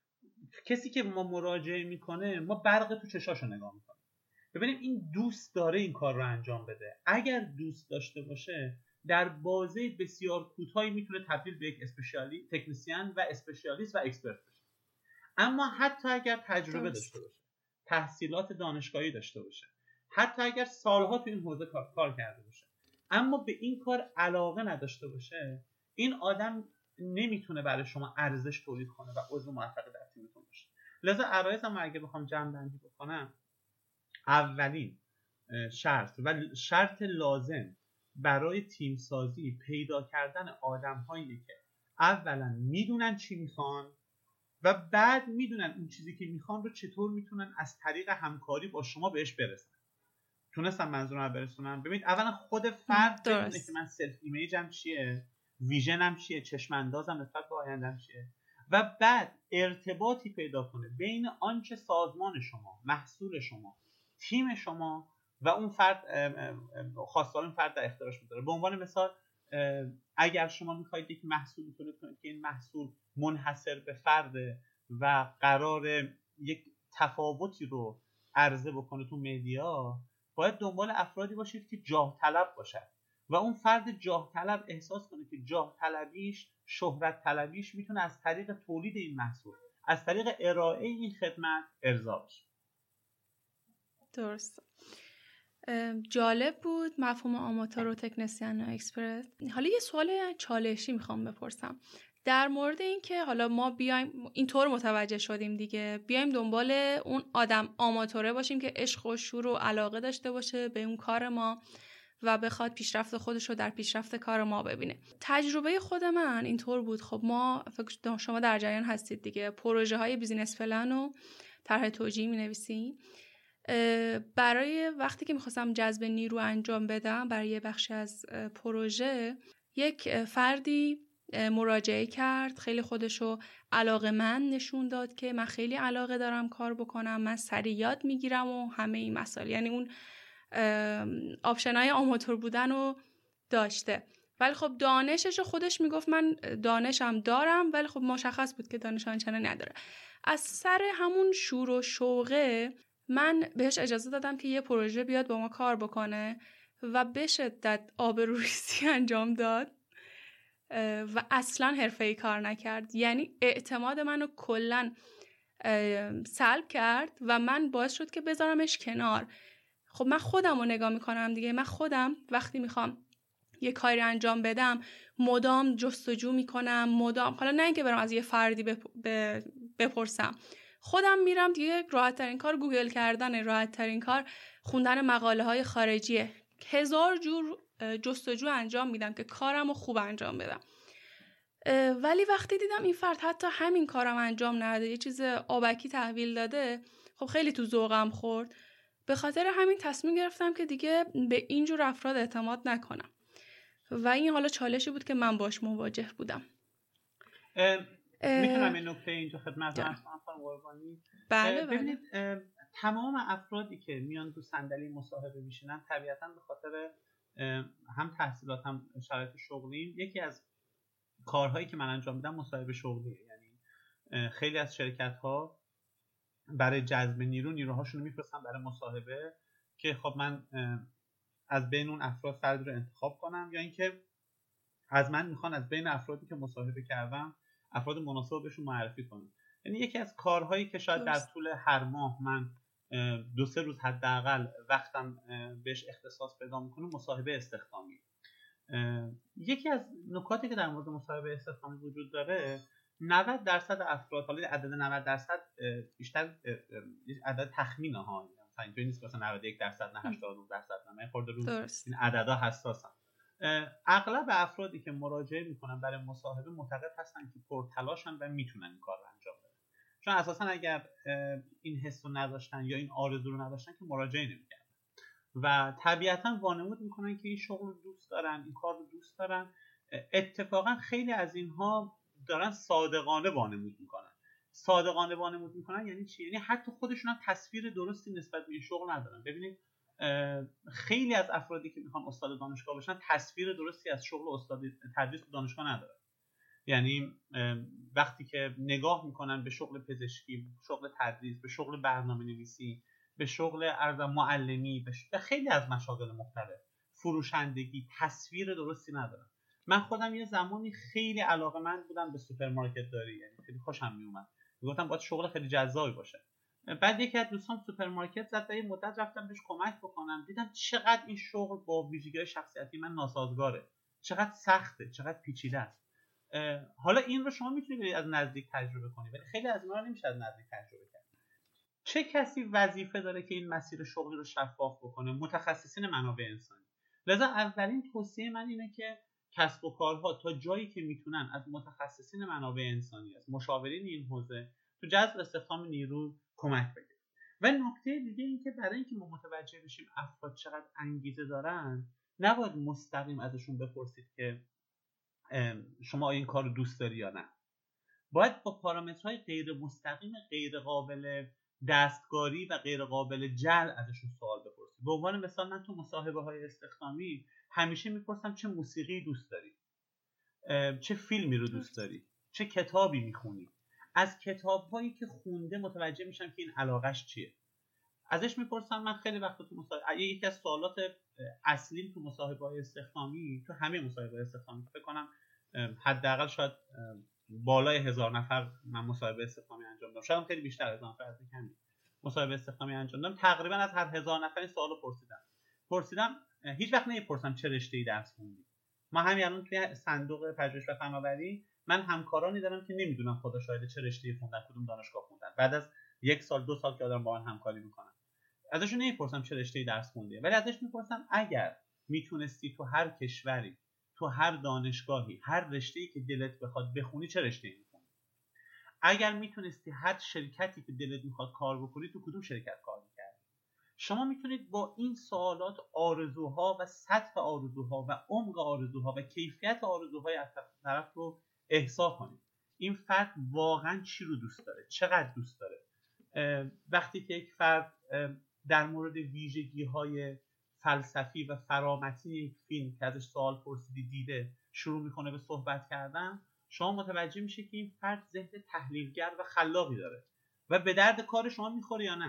کسی که ما مراجعه میکنه ما برق تو چشاشو نگاه میکنیم ببینیم این دوست داره این کار رو انجام بده. اگر دوست داشته باشه در بازه بسیار کوتاهی میتونه تبدیل به یک اسپشیالی تکنسین و اسپشیالیست و اکسپرت بشه. اما حتی اگر تجربه درست. داشته باشه، تحصیلات دانشگاهی داشته باشه، حتی اگر سالها تو این حوزه کار, کار کرده باشه، اما به این کار علاقه نداشته باشه، این آدم نمیتونه برای شما ارزش تولید کنه و عضو موفق در تیمتون باشه. لذا عرایزم اگه بخوام جمع بندی بکنم، اولین شرط و شرط لازم برای تیم سازی پیدا کردن آدم‌هایی که اولا میدونن چی میخوان و بعد میدونن اون چیزی که میخوان رو چطور میتونن از طریق همکاری با شما بهش برسن. تونستم منظورم رو برسونم؟ ببینید اولا خود فرد بدونه که من سلف ایمیجم چیه، ویژنم چیه، چشم اندازم نسبت به آینده‌ام چیه و بعد ارتباطی پیدا کنه بین آنچه سازمان شما، محصول شما، تیم شما و اون فرد، خواستار اون فرد در اختیارش میذاره. به عنوان مثال اگر شما میخواید یک محصولی تولید کنید که این محصول منحصر به فرد و قرار یک تفاوتی رو عرضه بکنه تو مدیا، باید دنبال افرادی باشید که جاه طلب باشد و اون فرد جاه طلب احساس کنه که جاه طلبیش، شهرت طلبیش میتونه از طریق تولید این محصول، از طریق ارائه این خدمت ارضا بشه. درست. جالب بود مفهوم آماتور و تکنسین و اکسپرت. حالا یه سوال چالشی میخوام بپرسم در مورد این که حالا ما بیایم اینطور متوجه شدیم دیگه، بیایم دنبال اون آدم آماتوره باشیم که عشق و شور و علاقه داشته باشه به اون کار ما و بخواد پیشرفت خودش رو در پیشرفت کار ما ببینه. تجربه خود من اینطور بود. خب ما فکر شما در جریان هستید دیگه، پروژه های بیزینس پلن و طرح توجیه می نویسیم. برای وقتی که میخواستم جذب نیرو انجام بدم برای یه بخشی از پروژه، یک فردی مراجعه کرد، خیلی خودشو علاقه‌مند نشون داد که من خیلی علاقه دارم کار بکنم، من سریع یاد میگیرم و همه این مسائل، یعنی اون آپشنای آماتور بودن رو داشته. ولی خب دانشش خودش میگفت من دانشم دارم، ولی خب مشخص بود که دانش آنچنانی نداره. از سر همون شور و شوقه من بهش اجازه دادم که یه پروژه بیاد با ما کار بکنه و به شدت آبروریزی انجام داد و اصلا حرفه‌ای کار نکرد. یعنی اعتماد منو کلاً سلب کرد و من باعث شد که بذارمش کنار. خب من خودم رو نگاه میکنم دیگه. من خودم وقتی میخوام یه کاری انجام بدم مدام جستجو میکنم، مدام، حالا نه اینکه برم از یه فردی بپ... بپرسم، خودم میرم دیگه. راحت ترین کار گوگل کردنه، راحت ترین کار خوندن مقاله های خارجیه. هزار جور جستجو انجام میدم که کارم رو خوب انجام بدم. ولی وقتی دیدم این فرد حتی همین کارم انجام نده، یه چیز آبکی تحویل داده، خب خیلی تو ذوقم خورد. به خاطر همین تصمیم گرفتم که دیگه به اینجور افراد اعتماد نکنم و این حالا چالشی بود که من باش مواجه بودم. میتونم این نکته اینجا خدمت عرض کنم خانم قربانی؟ بله ببینید بله. تمام افرادی که میان تو صندلی مصاحبه میشینن طبیعتاً به خاطر هم تحصیلات هم شرایط شغلی، یکی از کارهایی که من انجام میدم مصاحبه شغلیه. یعنی خیلی از شرکت ها برای جذب نیرو نیروهاشون رو میفرستن برای مصاحبه که خب من از بین اون افراد فردی رو انتخاب کنم، یا اینکه از من میخوان از بین افرادی که مصاحبه کردم افراد مناسب بهشون معرفی کنم. یعنی یکی از کارهایی که شاید در طول هر ماه من دو سه روز حداقل وقتم بهش اختصاص پیدا میکنم مصاحبه استخدامی. یکی از نکاتی که در مورد مصاحبه استخدامی وجود داره، نود درصد افراد، حالا عدد نود درصد بیشتر عدد تخمینه ها، مثلا اینجوری نیست مثلا نود و یک درصد نه هشتاد و نه درصد نه، خورده رو این عددا حساسن. اغلب افرادی که مراجعه میکنن برای مصاحبه معتقد هستن که پرتلاشن و میتونن این کار رو انجام بدن، چون اساسا اگر این حس رو نداشتن یا این آرزو رو نداشتن که مراجعه نمیکردن و طبیعتا وانمود میکنن که این شغل رو دوست دارن، این کار رو دوست دارن. اتفاقا خیلی از اینها دارن صادقانه وانمود میکنن. صادقانه وانمود میکنن یعنی چی؟ یعنی حتی خودشون هم تصویر درستی نسبت به این شغل ندارن. ببینید خیلی از افرادی که میخوان استاد دانشگاه بشن تصویر درستی از شغل استاد تدریس دانشگاه ندارن. یعنی وقتی که نگاه میکنن به شغل پزشکی، شغل تدریس، به شغل برنامه‌نویسی، به شغل ارزم معلمی، به خیلی از مشاغل مختلف، فروشندگی، تصویر درستی ندارن. من خودم یه زمانی خیلی علاقه‌مند بودم به سوپرمارکت داری، یعنی خیلی خوشم میومد، میگفتم باید شغل خیلی جذابی باشه. بعد یکی از دوستان سوپرمارکت زد و یه مدت رفتم بهش کمک بکنم، دیدم چقدر این شغل با ویژگی‌های شخصیتی من ناسازگاره، چقدر سخته، چقدر پیچیده است. حالا این رو شما میتونید از نزدیک تجربه کنید، ولی خیلی از اینا رو نمیشه از نزدیک تجربه کرد. چه کسی وظیفه داره که این مسیر شغلی رو شفاف بکنه؟ متخصصین منابع انسانی. لذا اولین توصیه من اینه که کسب و کارها تا جایی که میتونن از متخصصین منابع انسانی، از مشاورین این حوزه تو جذب استخدام نیرو کمک بگیرن. و نکته دیگه این که برای اینکه ما متوجه بشیم افراد چقدر انگیزه دارن، نباید مستقیم ازشون بپرسید که شما این کار رو دوست داری یا نه. باید با پارامترهای غیر مستقیم، غیر قابل دستکاری و غیر قابل جل ازشون سوال بپرسید. به عنوان مثال من تو مصاحبه های استخدامی همیشه میپرسم چه موسیقی دوست داری، چه فیلمی رو دوست داری، چه کتابی میخونی. از کتاب‌هایی که خونده متوجه میشم که این علاقش چیه. ازش میپرسم. من خیلی وقت تو مصاحبه، یکی از سوالات اصلیم تو مصاحبه‌های استخدامی، تو همه مصاحبه‌های استخدامی فکر کنم حداقل شاید بالای هزار نفر من مصاحبه استخدامی انجام دادم، شاید خیلی بیشتر، هزار نفر از کمی مصاحبه استخدامی انجام دادم. تقریبا از هر هزار نفر این سوالو پرسیدم. پرسیدم هیچ وقت نمیپرسم چه رشته‌ای درس خوندی. ما همین الان توی صندوق پژوهش و فناوری من همکارانی دارم که نمیدونم خدا شاید چه رشته‌ای خوندن، کدوم دانشگاه خوندن. بعد از یک سال دو سال که دارم با من همکاری میکنن، ازشون نمیپرسم چه رشته‌ای درس خوندی، ولی ازش میپرسم اگر میتونستی تو هر کشوری، تو هر دانشگاهی، هر رشته‌ای که دلت بخواد بخونی چه رشته‌ای میخونی؟ اگر میتونستی هر شرکتی که دلت میخواد کار بکنی تو کدوم شرکت کار میکردی؟ شما میتونید با این سوالات آرزوها و سطح آرزوها و عمق آرزوها و کیفیت آرزوهای از طرف رو احسا کنید. این فرد واقعا چی رو دوست داره، چقدر دوست داره. وقتی که یک فرد در مورد ویژگی‌های فلسفی و فرامتین یک فیلم که ازش سوال پرسیدی دیده شروع میکنه به صحبت کردن، شما متوجه میشه که این فرد ذهن تحلیلگر و خلاقی داره و به درد کار شما میخوره یا نه.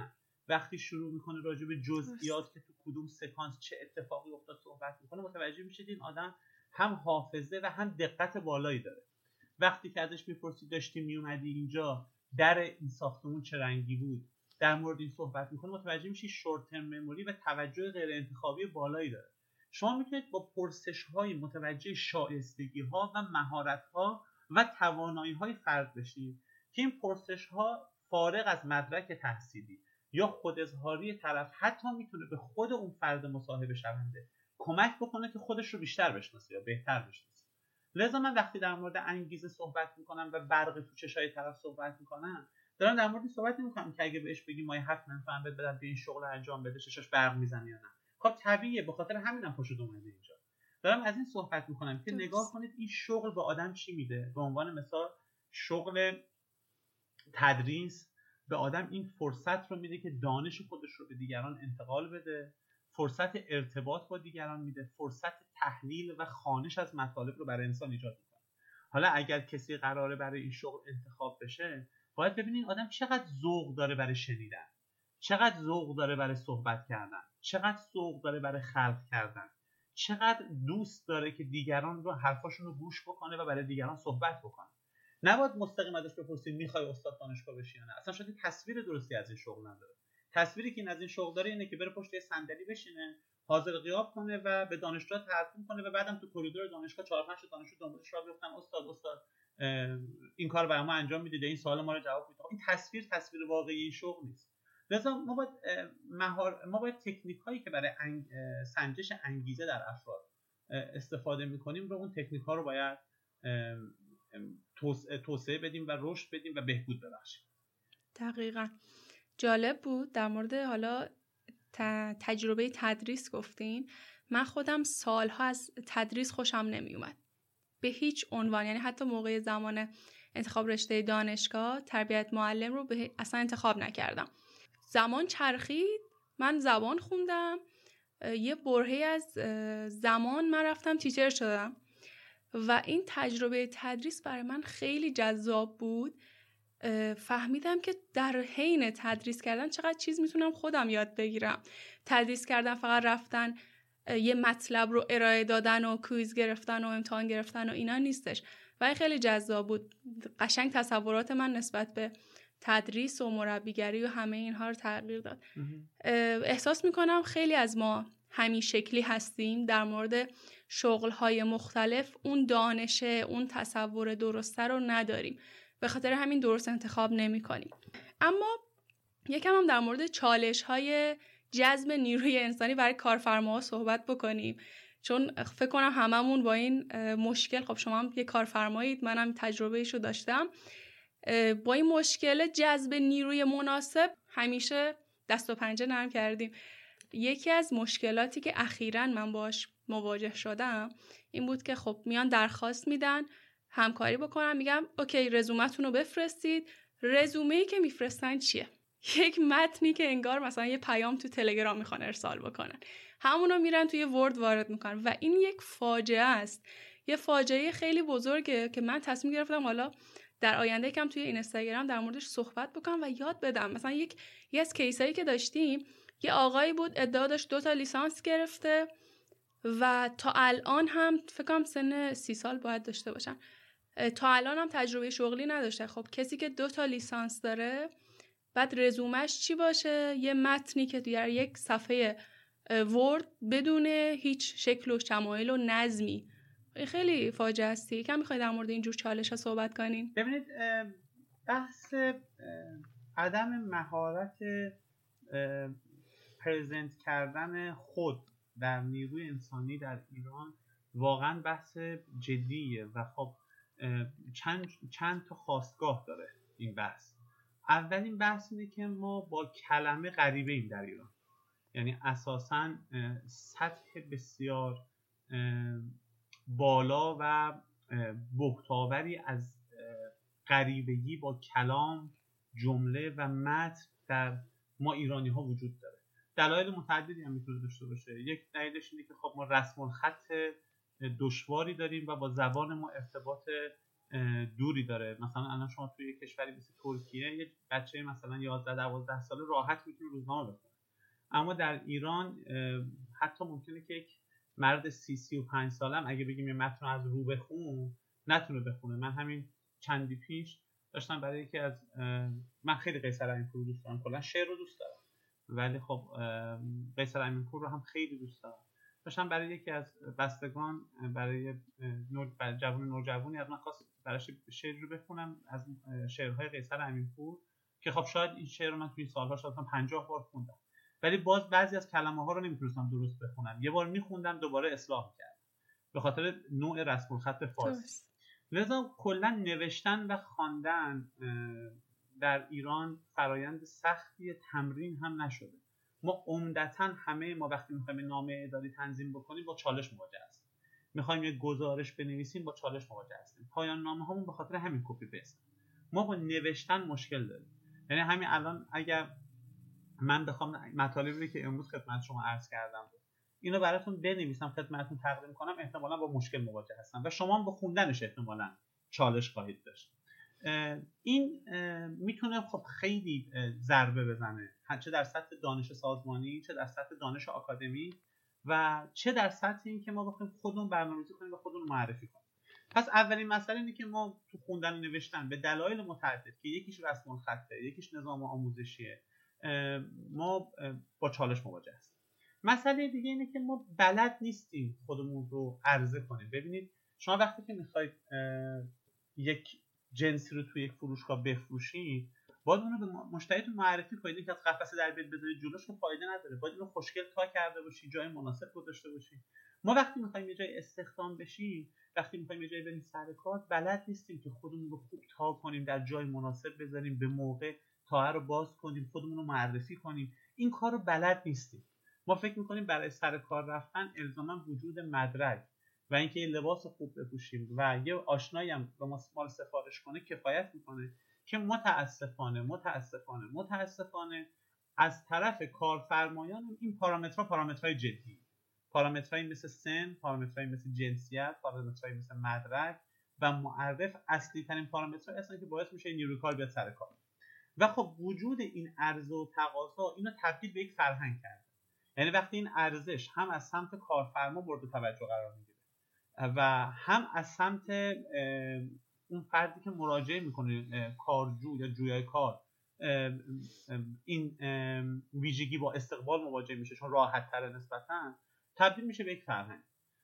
وقتی شروع میکنه راجع به جزئیات که تو کدوم سکانس چه اتفاقی افتاد صحبت میکنه، متوجه میشید این آدم هم حافظه و هم دقت بالایی داره. وقتی که ازش میپرسید داشتی میومدی اینجا در این ساختمون چه رنگی بود، در مورد این صحبت میکنه، متوجه میشی شورت ترم مموری و توجه غیر انتخابی بالایی داره. شما میتونید با پرسش های متوجه شایستگی ها و مهارت ها و توانایی های فرد بشید که این پرسش ها فارغ از مدرک تحصیلی یا خود اظهاری طرف حتی میتونه به خود اون فرد مصاحبه شونده کمک بکنه که خودش رو بیشتر بشناسه یا بهتر بشناسه. لذا من وقتی در مورد انگیزه صحبت میکنم و برق تو چشای طرف صحبت میکنم، دارم در مورد صحبت نمیکنم که اگه بهش بگیم ما حتما فهم بده بدن به این شغل انجام بده چشاش برق میزنه یا نه. خب طبیعیه، به خاطر همینم خوشو اومده اینجا. دارم از این صحبت میکنم که نگاه کنید این شغل به آدم چی میده. به عنوان مثال شغل تدریس به آدم این فرصت رو میده که دانش خودش رو به دیگران انتقال بده، فرصت ارتباط با دیگران میده، فرصت تحلیل و خوانش از مطالب رو برای انسان ایجاد میکنه. حالا اگر کسی قراره برای این شغل انتخاب بشه، باید ببینید آدم چقدر ذوق داره برای شنیدن، چقدر ذوق داره برای صحبت کردن، چقدر ذوق داره برای خلق کردن، چقدر دوست داره که دیگران رو حرفاشون رو گوش بکنه و برای دیگران صحبت بکنه. نباید مستقیم ازش بپرسید میخوای استاد دانشگاه بشی یا نه. اصلا شاید تصویر درستی از این شغل نداره. تصویری که این از این شغل داره اینه که بره پشت یه صندلی بشینه، حاضر غیاب کنه و به دانشجو تحکیم کنه و بعدم تو کریدور دانشگاه چهار پنج تا دانشجو دنبالش راه بیفتن استاد استاد این کار برای ما انجام میدید، این سوال ما رو جواب میده. این تصویر تصویر واقعی این شغل نیست. لذا ما باید مهار ما باید تکنیک هایی که برای انگ... سنجش انگیزه در افراد استفاده میکنیم رو اون تکنیک ها رو باید توسعه بدیم و رشد بدیم و بهبود ببخشیم. دقیقاً. جالب بود در مورد حالا تجربه تدریس گفتین. من خودم سالها از تدریس خوشم نمی اومد به هیچ عنوان، یعنی حتی موقع زمان انتخاب رشته دانشگاه تربیت معلم رو به اصلا انتخاب نکردم. زمان چرخید، من زبان خوندم، یه برهه‌ای از زمان من رفتم تیچر شدم و این تجربه تدریس برای من خیلی جذاب بود. فهمیدم که در حین تدریس کردن چقدر چیز میتونم خودم یاد بگیرم. تدریس کردن فقط رفتن یه مطلب رو ارائه دادن و کویز گرفتن و امتحان گرفتن و اینا نیستش و این خیلی جذاب بود. قشنگ تصورات من نسبت به تدریس و مربیگری و همه اینها رو تغییر داد. احساس میکنم خیلی از ما همین شکلی هستیم در مورد شغل‌های مختلف، اون دانشه، اون تصور درسته رو نداریم، به خاطر همین درست انتخاب نمی کنیم. اما یکم هم در مورد چالش‌های جذب نیروی انسانی برای کارفرماها صحبت بکنیم، چون فکر کنم هممون با این مشکل، خب شما هم یه کارفرمایید، منم تجربه‌ایشو داشتم، با این مشکل جذب نیروی مناسب همیشه دست و پنجه نرم کردیم. یکی از مشکلاتی که اخیراً من باش مواجه شدم این بود که خب میان درخواست میدن همکاری بکنم، میگم اوکی رزومتون رو بفرستید. رزومه‌ای که میفرستن چیه؟ یک متنی که انگار مثلا یه پیام تو تلگرام میخوان ارسال بکنن، همونو میرن توی ورد وارد میکنن و این یک فاجعه است، یه فاجعه خیلی بزرگه که من تصمیم گرفتم حالا در آینده یکم توی اینستاگرام در موردش صحبت بکنم و یاد بدم. مثلا یک یه از کیسایی که داشتیم، یه آقایی بود ادعا داشت دو تا لیسانس گرفته و تا الان هم فکر کنم سن سی سال باید داشته باشن، تا الان هم تجربه شغلی نداشته. خب کسی که دو تا لیسانس داره بعد رزومش چی باشه؟ یه متنی که در یک صفحه ورد بدون هیچ شکل و شمایل و نظمی. خیلی فاجعه است. یکم می‌خواید در مورد اینجور چالش‌ها صحبت کنین؟ ببینید بحث عدم مهارت پرزنت کردن خود در نیروی انسانی در ایران واقعا بحث جدیه و خب چند چند تا خاستگاه داره این بحث. اولین بحث اینه که ما با کلمه غریبه ایم در ایران، یعنی اساساً سطح بسیار بالا و بهتاوری از غریبگی با کلام، جمله و متن در ما ایرانی ها وجود داره. دلایل متعددی هم میتونه داشته باشه. یک دلیلش اینه که خب ما رسم الخط دشواری داریم و با زبان ما ارتباط دوری داره. مثلا الان شما توی کشوری مثل ترکیه یه بچه مثلا یازده دوازده ساله راحت میتونه روزنامه بخونه، اما در ایران حتی ممکنه که یک مرد سی سی و پنج سالم اگه بگیم یه متن از رو بخون نتونه بخونه. من همین چندی پیش داشتم برای یکی از من خیلی قیصر امینپور رو دوست دارم، کلا شعر رو دوست دارم، ولی خب قیصر امینپور رو هم خیلی دوست دارم. داشتم برای یکی از بستگان برای نور برای جوون نوجوانی از من خواست براش شعر رو بخونم از شعرهای قیصر امینپور که خب شاید این شعر رو من توی سال‌ها شاید پنجاه بار خوندم، ولی باز بعضی از کلمه‌ها رو نمیتونستم درست بخونم. یه بار میخوندم دوباره اصلاح می‌کردم به خاطر نوع رسم الخط فارسی. لذا کلا نوشتن و خواندن در ایران فرایند سختی تمرین هم نشده. ما عمدتاً همه ما وقتی می‌خوایم نامه اداری تنظیم بکنیم با چالش مواجه هستیم. می‌خوایم یه گزارش بنویسیم با چالش مواجه هستیم. پایان نامه‌هامون به خاطر همین کپی پیست. ما با نوشتن مشکل داریم. یعنی همین الان اگر من بخوام مطالبی که امروز خدمت شما عرض کردم اینو براتون بنویسم خدمتتون تقدیم کنم، احتمالاً با مشکل مواجه هستم و شما هم با خوندنش احتمالاً چالش خواهید داشت. این میتونه خب خیلی ضربه بزنه، چه در سطح دانش سازمانی، چه در سطح دانش آکادمی و چه در سطح این که ما بخوایم خودمون برنامه‌ریزی کنیم و خودمون معرفی کنیم. پس اولین مسئله اینه که ما تو خوندن و نوشتن به دلایل متعدد که یکیش رسم الخطه، یکیش نظام آموزشیه، ما با چالش مواجه هستیم. مسئله دیگه اینه که ما بلد نیستیم خودمون رو عرضه کنیم. ببینید شما وقتی که میخواید یک جنسی رو توی یک فروشگاه بفروشید باید اون رو به مشتریتون معرفی کنید که از قفسه در بیاد بذارید جلوش رو فایده نداره. باید اون رو خوشگل تا کرده باشی، جای مناسب گذاشته باشی. ما وقتی میخوایم یه جای استخدام بشیم، وقتی میخوایم یه جایی بریم سر کار، بلد نیستیم که خودمون رو خوب تا کنیم، در جای مناسب بذاریم، به موقع تا رو باز کنیم، خودمون رو معرفی کنیم. این کار رو بلد نیستیم. ما فکر میکنیم برای سر کار رفتن الزاما وجود مدرک و اینکه یه لباس خوب بپوشیم و یه آشنایی هم به ما مال سفارش کنه کفایت میکنه، که متاسفانه متاسفانه متاسفانه از طرف کارفرمایان این پارامترها پارامترهای جدی، پارامترهایی مثل سن، پارامترهایی مثل جنسیت، پارامترهایی مثل مدرک و معرف اصلی ترین پارامترها هستن که باعث میشه نیروی کار بیاد سر کار. و خب وجود این عرضه و تقاضا اینو تبدیل به یک فرهنگ کرده. یعنی وقتی این ارزش هم از سمت کارفرما مورد توجه قرار میگیره و هم از سمت اون فردی که مراجعه میکنه، کارجو یا جویای کار، این ویژگی با استقبال مواجه میشه چون راحت تره نسبتاً، تبدیل میشه به یک فرهنگ.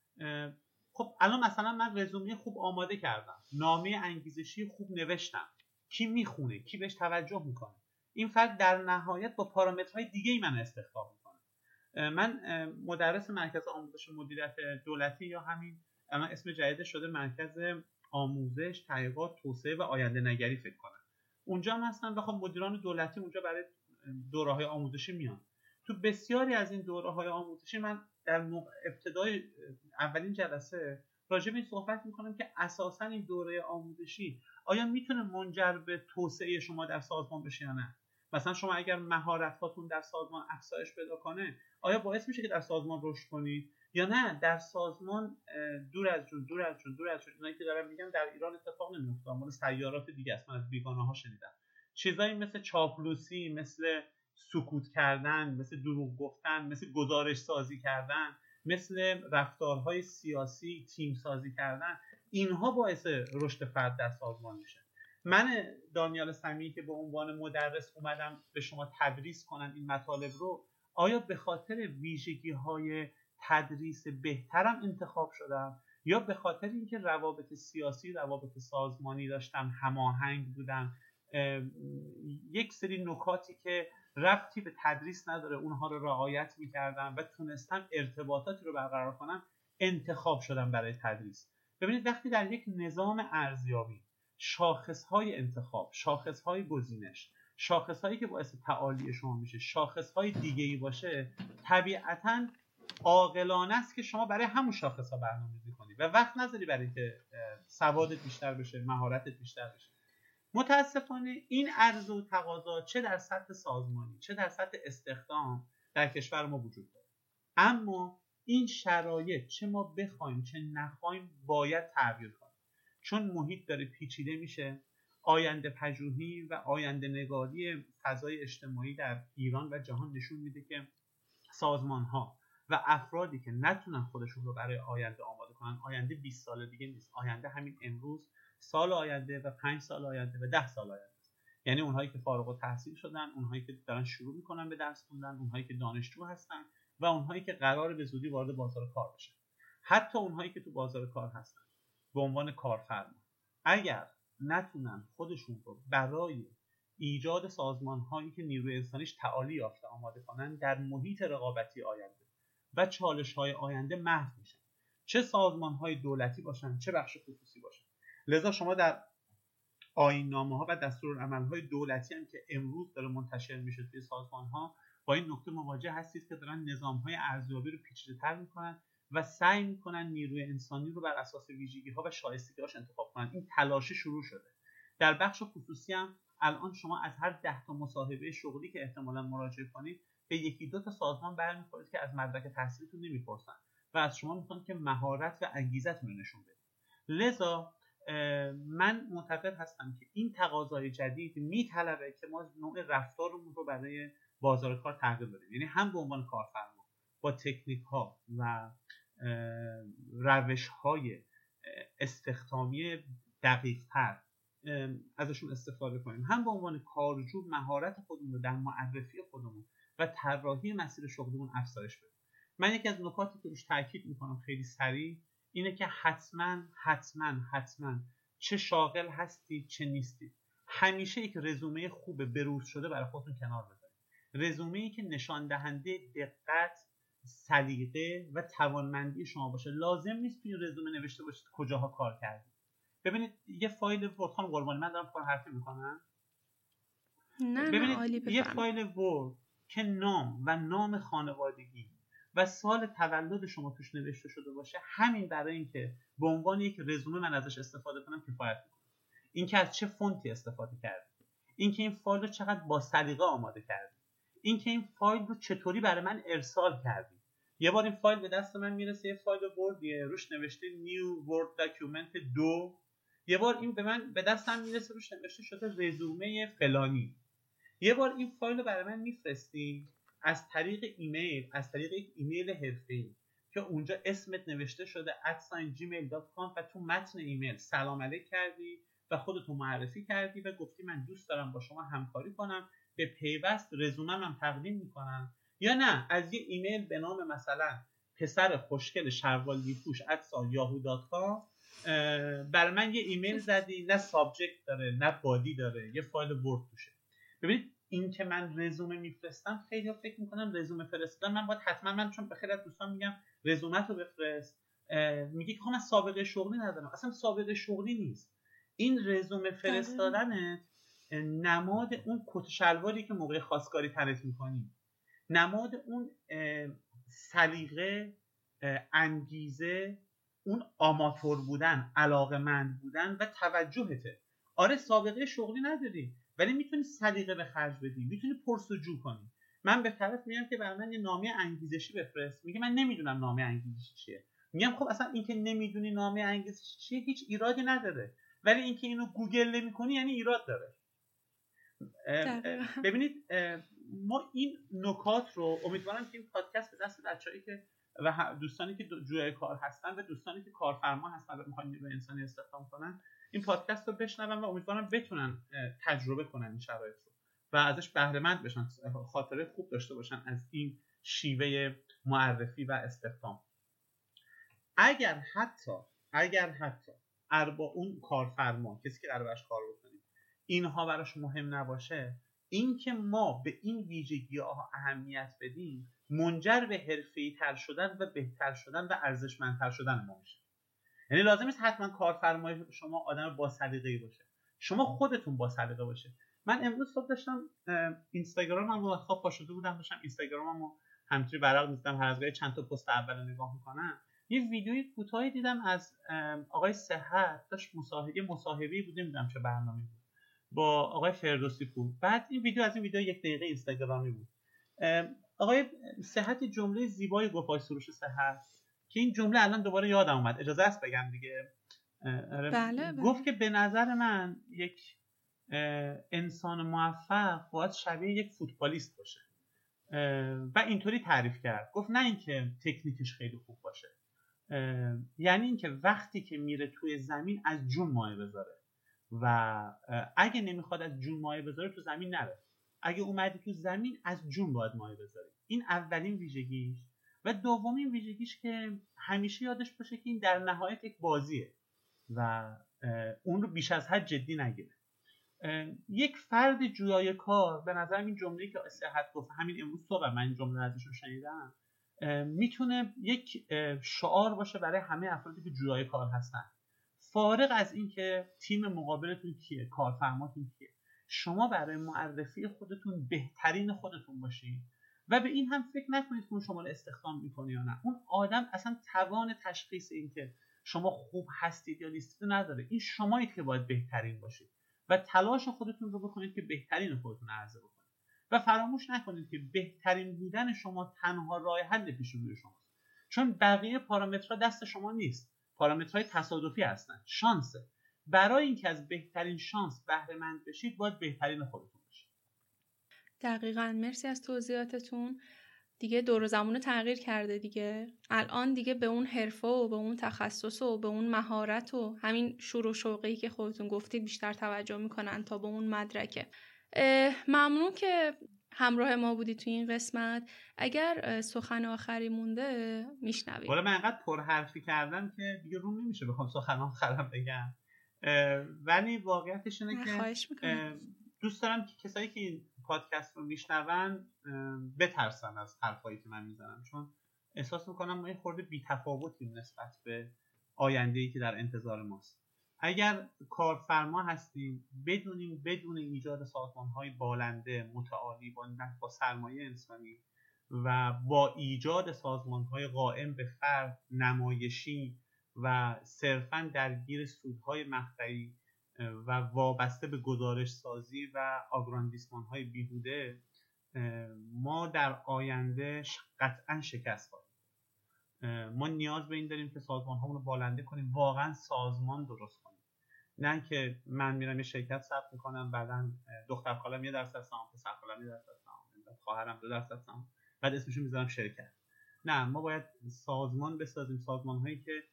خب الان مثلا من رزومه خوب آماده کردم، نامه انگیزشی خوب نوشتم، کی میخونه، کی بهش توجه میکنه؟ این فرد در نهایت با پارامترهای دیگه ای من استخدام میکنه. من مدرس مرکز آموزش مدیریت دولتی یا همین الان اسم جدید شده مرکز آموزش تحقیقات توسعه و آینده نگری فکر کنم، اونجا هم هستن و خب مدیران دولتی اونجا برای دوره‌های آموزشی میان. تو بسیاری از این دوره‌های آموزشی من در ابتدای اولین جلسه راجع به این صحبت میکنم که اساساً این دوره آموزشی آیا میتونه منجر به توسعه شما در سازمان بشه یا نه؟ مثلا شما اگر مهارت‌هاتون در سازمان افزایش پیدا کنه، آیا باعث میشه که در سازمان رشد کنید یا نه در سازمان دور از جون دور از جون دور از جون؟ اینایی که دارم میگم در ایران اتفاق نمیفته، مال سیارات دیگه است. من از بیگانه ها شنیدم چیزایی مثل چاپلوسی، مثل سکوت کردن، مثل دروغ گفتن، مثل گزارش سازی کردن، مثل رفتارهای سیاسی، تیم سازی کردن، اینها باعث رشد فرد در سازمان میشه. من دانیال سمیعی که به عنوان مدرس اومدم به شما تدریس کنم این مطالب رو، آیا به خاطر ویژگی‌های تدریس بهترم انتخاب شدم یا به خاطر اینکه روابط سیاسی، روابط سازمانی داشتم، هماهنگ بودم، یک سری نکاتی که ربطی به تدریس نداره اونها رو رعایت می‌کردم و تونستم ارتباطاتی رو برقرار کنم، انتخاب شدم برای تدریس؟ ببینید وقتی در یک نظام ارزیابی شاخص‌های انتخاب، شاخص‌های گزینش، شاخص‌هایی که باعث تعالی شما میشه، شاخص‌های دیگه‌ای باشه، طبیعتاً عاقلانه است که شما برای همون شاخص‌ها برنامه‌ریزی کنید و وقت نذاری برای اینکه سوادت بیشتر بشه، مهارتت بیشتر بشه. متاسفانه این عرضه و تقاضا چه در سطح سازمانی چه در سطح استخدام در کشور ما وجود داره، اما این شرایط چه ما بخوایم چه نخوایم باید تغییر کنه. چون محیط داره پیچیده میشه، آینده پژوهی و آینده نگاری فضای اجتماعی در ایران و جهان نشون میده که سازمان‌ها و افرادی که نتونن خودشون رو برای آینده آماده کنن، آینده بیست سال دیگه نیست، آینده همین امروز، سال آینده و پنج سال آینده و ده سال آینده است. یعنی اونهایی که فارغ التحصیل شدن، اونهایی که دارن شروع میکنن به درس خوندن، اونهایی که دانشجو هستن و اونهایی که قراره به زودی وارد بازار کار بشن. حتی اونهایی که تو بازار کار هستن به عنوان کارفرما، اگر نتونن خودشون رو برای ایجاد سازمان‌هایی که نیروی انسانیش تعالی یافته آماده کنن، در محیط رقابتی آینده و چالش‌های آینده محو میشن، چه سازمان‌های دولتی باشن چه بخش خصوصی باشن. لذا شما در آیین‌نامه‌ها و دستورالعمل‌های دولتی هم که امروز داره منتشر میشه توی سازمان‌ها، با این نکته مواجه هستید که دارن نظام‌های ارزیابی رو پیچیده‌تر میکنن و سعی میکنن نیروی انسانی رو بر اساس ویژگی‌ها و شایستگی‌هاش انتخاب کنن. این تلاش شروع شده. در بخش خصوصی هم الان شما از هر ده تا مصاحبه شغلی که احتمالاً مراجعه کنید به یکی دو تا سازمان برمیخورید که از مدرک تحصیلتون نمیپرسن و از شما میخوان که مهارت و انگیزتون رو نشون بدید. لذا من معتقد هستم که این تقاضای جدید میطلبه که ما نوع رفتارمون رو برای بازار کار تغییر بدیم. یعنی هم به عنوان کارفرما با تکنیک ها و روش های استخدامی دقیق تر ازشون استفاده کنیم، هم به عنوان کارجو مهارت خودمون رو در معرفی خودمون و طراحی مسیر شغلیمون افزایش بدیم. من یکی از نکاتی که روش تاکید میکنم خیلی سریع اینه که حتما حتما حتما چه شاغل هستید چه نیستید، همیشه یک رزومه خوب بروز شده برای خودتون کنار بذارید. رزومه‌ای که نشان دهنده دقت، سلیقه و توانمندی شما باشه. لازم نیست توی رزومه نوشته باشید کجاها کار کردید. ببینید یه فایل ورد، خانم قربانی من دارم کار حرفی میکنم. نه ببینید نه عالی، یه فایل ورد که نام و نام خانوادگی و سال تولد شما توش نوشته شده باشه، همین برای اینکه به عنوان یک رزومه من ازش استفاده کنم کفایت میکنه. اینکه از چه فونتی استفاده کردید، اینکه این فایل رو چقدر با سلیقه آماده کردید، اینکه این فایل رو چطوری برای من ارسال کردید. یه بار این فایل به دست من میرسه، یه فایل وردیه روش نوشته نیو ورد داکیومنت دو، یه بار این به من به دستم میرسه روش نوشته شده رزومه فلانی. یه بار این فایل رو برای من میفرستی از طریق ایمیل، از طریق یک ایمیل حرفه‌ای که اونجا اسمت نوشته شده ات جیمیل دات کام و تو متن ایمیل سلام علیک کردی و خودتو معرفی کردی و گفتی من دوست دارم با شما همکاری کنم، به پیوست رزومه من تقدیم میکنم. یا نه از یه ایمیل به نام مثلا پسر خوشگل شروال پوش ات یاهو دات کام برای من یه ایمیل زدی، نه سابجکت داره نه بادی داره، یه فایل ورد توشه. ببینید این که من رزومه میفرستم، خیلی فکر میکنم رزومه فرستادن من باید حتما، من چون به خیلی از دوستان میگم رزومه تو بفرست، میگه که من سابقه شغلی ندارم. اصلا سابقه شغلی نیست. این رزومه فرستادنت نماد اون کت شلواری که موقع خواستگاری تنت میکنی، نماد اون سلیقه، انگیزه، اون آماتور بودن، علاقه‌مند بودن و توجهته. آره سابقه شغلی نداری ولی میتونی سلیقه به خرج بدی، میتونی پرسجو کنی. من به طرف میگم که برای من یه نامه انگیزشی بفرست، میگه من نمیدونم نامه انگیزشی چیه. میگم خب اصلا این که نمیدونی نامه انگیزشی چیه هیچ ایرادی نداره، ولی این که اینو گوگل نمی‌کنی یعنی ایراد داره. ببینید ما این نکات رو امیدوارم که این پادکست به دست بچه‌ای که و دوستانی که جویای کار هستن و دوستانی که کارفرما هستن و میخوان نیروی انسانی استخدام کنن این پادکست رو بشنون و امیدوارم بتونن تجربه کنن این شرایط رو و ازش بهره مند بشن، خاطره خوب داشته باشن از این شیوه معرفی و استخدام. اگر حتی اگر حتی اربا اون کارفرما، کسی که قراره باش کار بکنید، اینها براش مهم نباشه، این که ما به این ویژگی‌ها اهمیت بدیم منجر به حرفه‌ای‌تر شدن و بهتر شدن و ارزشمندتر شدن ما میشه. یعنی لازم نیست حتما کارفرمای شما آدم با سلیقه‌ای باشه، شما خودتون با سلیقه باشه. من امروز صبح داشتم اینستاگرامم رو خواب پا شده بودم، داشتم اینستاگراممو همینجوری ورق می‌زدم، هر از گاهی چند تا پست اول نگاه می‌کنم، یه ویدیوی کوتاهی دیدم از آقای صحت، داشت مصاحبه مصاحبه‌ای بود، نمی‌دونم چه برنامه‌ای بود، با آقای فردوسی پور. بعد این ویدیو از این ویدیو یک دقیقه اینستاگرامی بود. آقای صحت جمله زیبایی گفت، آقای سروش صحت، که این جمله الان دوباره یادم اومد، اجازه است بگم دیگه. بله بله. گفت که به نظر من یک انسان موفق باید شبیه یک فوتبالیست باشه و اینطوری تعریف کرد. گفت نه اینکه تکنیکش خیلی خوب باشه، یعنی اینکه وقتی که میره توی زمین از جون مایه بذاره و اگه نمیخواد از جون مایه بذاره تو زمین نره، اگه اومدی تو زمین از جون باید مایه بذاری. این اولین ویژگیش. و دومین ویژگیش که همیشه یادش باشه که این در نهایت یک بازیه و اون رو بیش از حد جدی نگیره. یک فرد جویای کار، به نظرم این جمله‌ای که صحت گفت همین امروز صبح من این جمله ازش رو شنیدم، میتونه یک شعار باشه برای همه افرادی که جویای کار هستن. فارغ از این که تیم مقابلتون کیه، کارفرماتون کیه، شما برای معرفی خودتون بهترین خودتون باشید و به این هم فکر نکنید که اون شما رو استخدام میکنه یا نه. اون آدم اصلا توان تشخیص این که شما خوب هستید یا نیستید نداره. این شمایید که باید بهترین باشید و تلاش خودتون رو بکنید که بهترین خودتون عرضه بکنید و فراموش نکنید که بهترین بودن شما تنها راه حل پیش روی شماست، چون بقیه پارامترها دست شما نیست. پارامترهای تصادفی هستن، شانسه. برای اینکه از بهترین شانس بهره مند بشید باید بهترین خودتون باشید. دقیقاً. مرسی از توضیحاتتون. دیگه دور و زمان تغییر کرده دیگه. الان دیگه به اون حرفه و به اون تخصص و به اون مهارت و همین شور و شوقی که خودتون گفتید بیشتر توجه میکنن تا به اون مدرکه. ممنون که همراه ما بودی تو این قسمت. اگر سخن آخری مونده میشنویم. والا من انقدر پرحرفی کردم که دیگه روم نمیشه بخوام سخن آخرم بگم، ولی واقعیتش اینه که دوست دارم که کسایی که این پادکست رو میشنون بترسن از حرفایی که من میزنم، چون احساس میکنم ما یه خورده بی‌تفاوتیم نسبت به آینده‌ای که در انتظار ماست. اگر کارفرما هستیم بدونیم بدون ایجاد سازمان‌های بالنده متعالی با با سرمایه انسانی و با ایجاد سازمان‌های قائم به فرد، نمایشی و صرفاً درگیر سودهای مقطعی و وابسته به گزارش سازی و آگراندیسمان های بیهوده، ما در آینده قطعا شکست خواهیم. ما نیاز به این داریم که سازمان هامون رو بالنده کنیم، واقعا سازمان درست کنیم، نه که من میرم یه شرکت ثبت میکنم، بعدا دختر خالم یه درصد سهام، پسر خالم یه درصد سهام، خواهرم دو درصد سهام، بعد اسمشو میذارم شرکت. نه، ما باید سازمان بسازیم، سازمان هایی که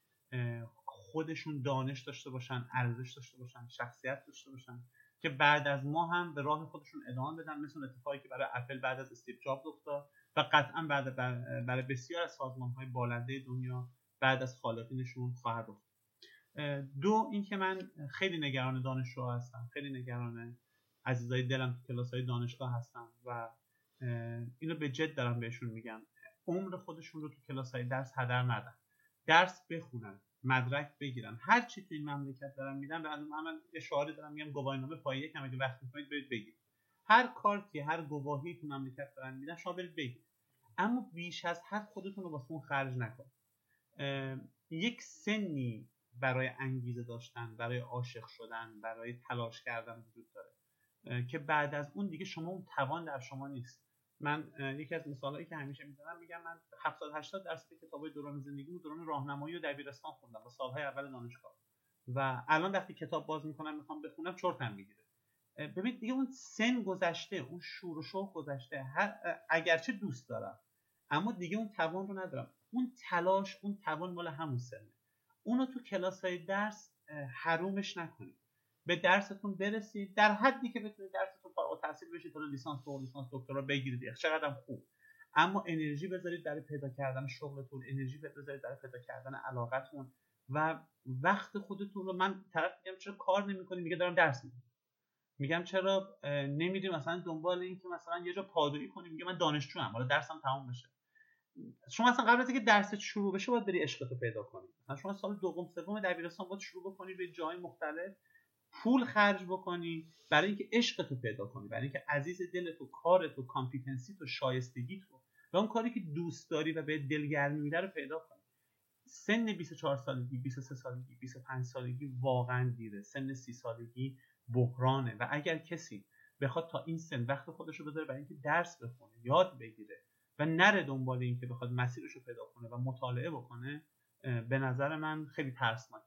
خودشون دانش داشته باشن، ارزش داشته باشن، شخصیت داشته باشن، که بعد از ما هم به راه خودشون ادامه بدن، مثل اتفاقی که برای اپل بعد از استیو جابز افتاد و قطعا بعد برای بسیار از سازمان‌های بالنده دنیا بعد از خالقینشون خواهد افتاد. دو، این که من خیلی نگران دانشجو هستم، خیلی نگران عزیزای دلم تو کلاس‌های دانشگاه هستم و اینو به جد دارم بهشون میگم، عمر خودشون رو تو کلاس‌های درس هدر ندن، درس بخونن، مدرک بگیرن. هر چی تو این مملکت دارم میدن، به من اشاره دارم میگم گواهینامه پایه کم، اگه وقت میکنید برید بگیرید. هر کارتی، هر گواهی تو مملکت دارن میدن شما برید بگیرید، اما بیش از حد خودتون رو واسه اون خرج نکنید. یک سنی برای انگیزه داشتن، برای عاشق شدن، برای تلاش کردن وجود داره که بعد از اون دیگه شما اون توان در شما نیست. من یکی از مثالایی که همیشه میزنم میگم من هفتاد هشتاد درصد کتابای دوران زندگیمو دوران راهنمایی و دبیرستان خوندم و سالهای اول دانشگاه، و الان وقتی کتاب باز میکنم میخوام بخونم چرتم میگیره. ببین دیگه اون سن گذشته، اون شور و شوق گذشته. هر اگرچه دوست دارم اما دیگه اون توان رو ندارم. اون تلاش، اون توان مال همون سنه. اونو تو کلاسای درس حرومش نکنید. به درستون برسید در حدی که بتونید درستون فارغ التحصیل بشید، تا لیسانس، فوق لیسانس، دکترا بگیرید، چقدرم خوب. اما انرژی بذارید برای پیدا کردن شغلتون، انرژی بذارید برای پیدا کردن علاقتون و وقت خودتون رو. من طرف میگم چرا کار نمی‌کنی، میگه دارم درس می‌خونم. میگم چرا نمی‌ری مثلا دنبال این که مثلا یه جا پادویی کنی، میگه من دانشجوام، حالا درسم تموم بشه. شما اصلا قبل از اینکه درست شروع بشه باید بری عشقتو پیدا کنی. مثلا شما سال دوم سوم دبیرستان باید شروع بکنی به جای مختلف پول خرج بکنی برای اینکه عشقتو پیدا کنی، برای اینکه عزیز دلت و کارت و کامپیتنسیت و شایستگیت رو و اون کاری که دوست داری و به دلگرمی میده رو پیدا کنی. سن بیست و چهار سالگی، بیست و سه سالگی، بیست و پنج سالگی واقعا دیره. سن سی سالگی بحرانه و اگر کسی بخواد تا این سن وقت خودش رو بذاره برای اینکه درس بخونه، یاد بگیره و نره دنبال این که بخواد مسیرش رو پیدا کنه و مطالعه بکنه، به نظر من خیلی ترسناکه.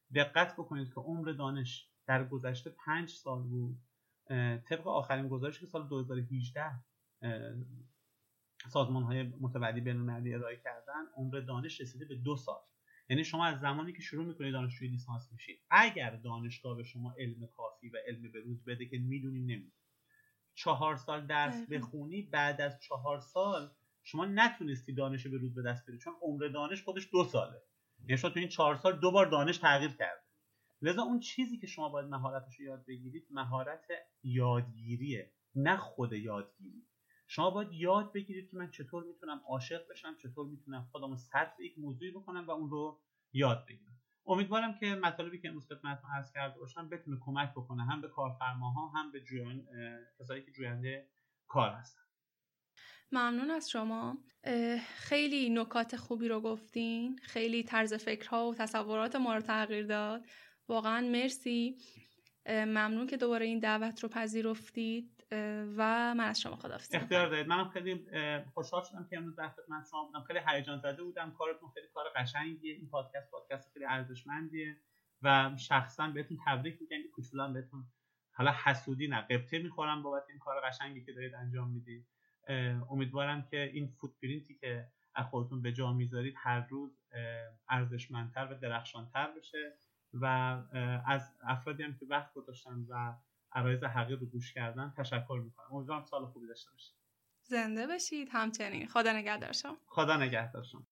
دقت بکنید که عمر دانش در گذشته پنج سال بود. طبق آخرین گزارشی که سال دو هزار و هجده سازمان‌های متولی بین‌المللی ارائه کردن، عمر دانش رسیده به دو سال. یعنی شما از زمانی که شروع می‌کنید دانشجوی لیسانس میشید، اگر دانشگاه به شما علم کافی و علم به روز بده که میدونیم نمیدونیم، چهار سال درس بخونی، بعد از چهار سال شما نتونستی دانش به روز به دست بیاری، چون عمر دانش خودش دو ساله. یعنی شما تو این چهار سال دو بار دانش تغییر کرده. لذا اون چیزی که شما باید مهارتش رو یاد بگیرید مهارت یادگیریه، نه خود یادگیری. شما باید یاد بگیرید که من چطور میتونم عاشق بشم، چطور میتونم خودمو صرف یک موضوعی بکنم و اون رو یاد بگیرم. امیدوارم که مطالبی که امروز خدمتتون عرض کرده باشم بتونه کمک بکنه هم به کارفرماها هم به جویان کسایی که جوینده کار هستن. ممنون از شما. خیلی نکات خوبی رو گفتین، خیلی طرز فکرها و تصورات ما رو تغییر داد. واقعا مرسی. ممنون که دوباره این دعوت رو پذیرفتید و من از شما خداحافظی می‌کنم. اختیار دارید. منم خیلی خوشحال شدم که امروز در خدمت شما بودم. خیلی هیجان زده بودم. کارتون خیلی کار قشنگیه. این پادکست پادکست خیلی ارزشمندیه و شخصا بهتون تبریک میگم. این کوچولو بهتون حالا حسودی نه، قبطه میخورم بابت این کار قشنگی که دارید انجام میدید. امیدوارم که این فوتپرینتی که از خودتون به جا میذارید هر روز ارزشمندتر و درخشانتر بشه و از افرادی هم که وقت گذاشتن و عرایض حقیر رو گوش کردن تشکر میکنم. امیدوارم سال خوبی داشته باشید. زنده باشید. همچنین. خدا نگهدار شما. خدا نگهدار شما.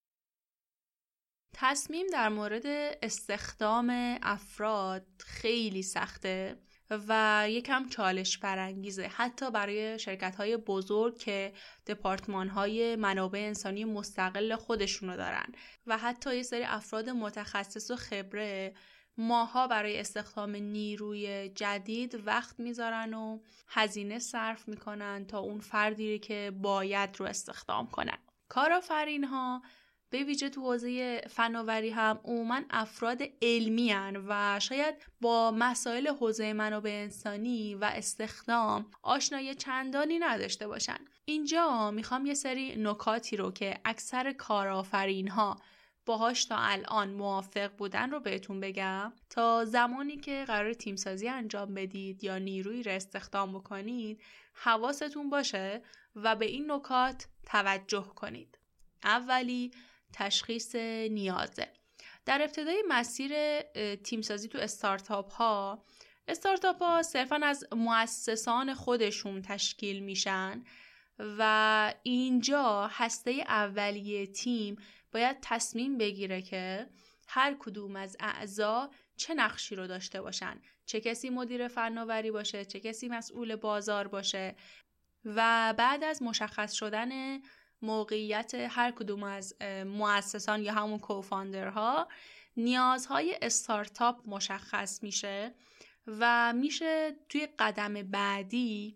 تصمیم در مورد استخدام افراد خیلی سخته و یکم چالش برانگیزه، حتی برای شرکت‌های بزرگ که دپارتمان‌های منابع انسانی مستقل خودشونو دارن و حتی یه سری افراد متخصص و خبره ماها برای استخدام نیروی جدید وقت میذارن و هزینه صرف میکنن تا اون فردی که باید رو استخدام کنن. کارآفرین‌ها به ویژه تو حوزه فناوری هم عموماً افراد علمی هن و شاید با مسائل حوزه منابع انسانی و استخدام آشنایی چندانی نداشته باشن. اینجا میخوام یه سری نکاتی رو که اکثر کارآفرین ها باهاش تا الان موافق بودن رو بهتون بگم تا زمانی که قرار تیم سازی انجام بدید یا نیروی رو استخدام بکنید حواستون باشه و به این نکات توجه کنید. اولی، تشخیص نیازه. در ابتدای مسیر تیمسازی تو استارتاپ ها استارتاپ ها صرفاً از مؤسسان خودشون تشکیل میشن و اینجا هسته اولیه تیم باید تصمیم بگیره که هر کدوم از اعضا چه نقشی رو داشته باشن، چه کسی مدیر فناوری باشه، چه کسی مسئول بازار باشه و بعد از مشخص شدن موقعیت هر کدوم از مؤسسان یا همون کوفاندرها نیازهای استارتاپ مشخص میشه و میشه توی قدم بعدی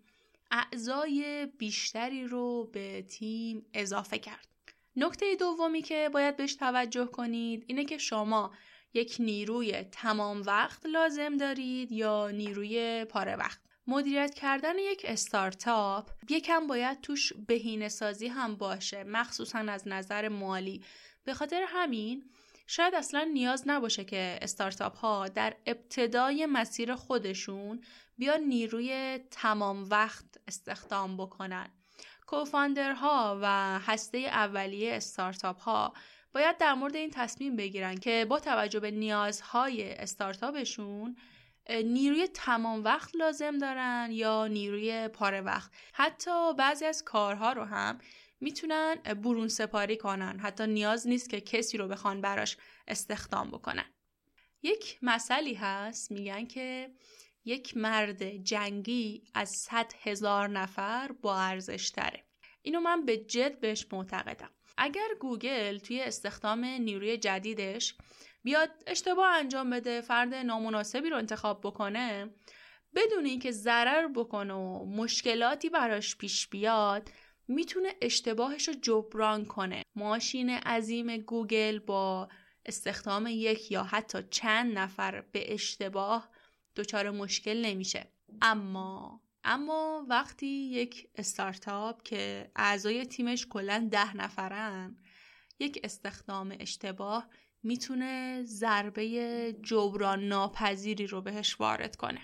اعضای بیشتری رو به تیم اضافه کرد. نکته دومی که باید بهش توجه کنید اینه که شما یک نیروی تمام وقت لازم دارید یا نیروی پاره وقت. مدیریت کردن یک استارتاپ یکم باید توش بهینه‌سازی هم باشه، مخصوصا از نظر مالی. به خاطر همین شاید اصلا نیاز نباشه که استارتاپ ها در ابتدای مسیر خودشون بیان نیروی تمام وقت استخدام بکنن. کوفاندرها و هسته اولیه استارتاپ ها باید در مورد این تصمیم بگیرن که با توجه به نیازهای استارتاپشون نیروی تمام وقت لازم دارن یا نیروی پاره وقت. حتی بعضی از کارها رو هم میتونن برون سپاری کنن، حتی نیاز نیست که کسی رو بخوان براش استخدام بکنن. یک مثلی هست میگن که یک مرد جنگی از صد هزار نفر با ارزش تره. اینو من به جد بهش معتقدم. اگر گوگل توی استخدام نیروی جدیدش بیاد اشتباه انجام بده، فرد نامناسبی رو انتخاب بکنه، بدون اینکه ضرر بکنه و مشکلاتی براش پیش بیاد، میتونه اشتباهش رو جبران کنه. ماشین عظیم گوگل با استخدام یک یا حتی چند نفر به اشتباه دچار مشکل نمیشه. اما اما وقتی یک استارتاپ که اعضای تیمش کلاً ده نفرن یک استخدام اشتباه میتونه ضربه جبران ناپذیری رو بهش وارد کنه.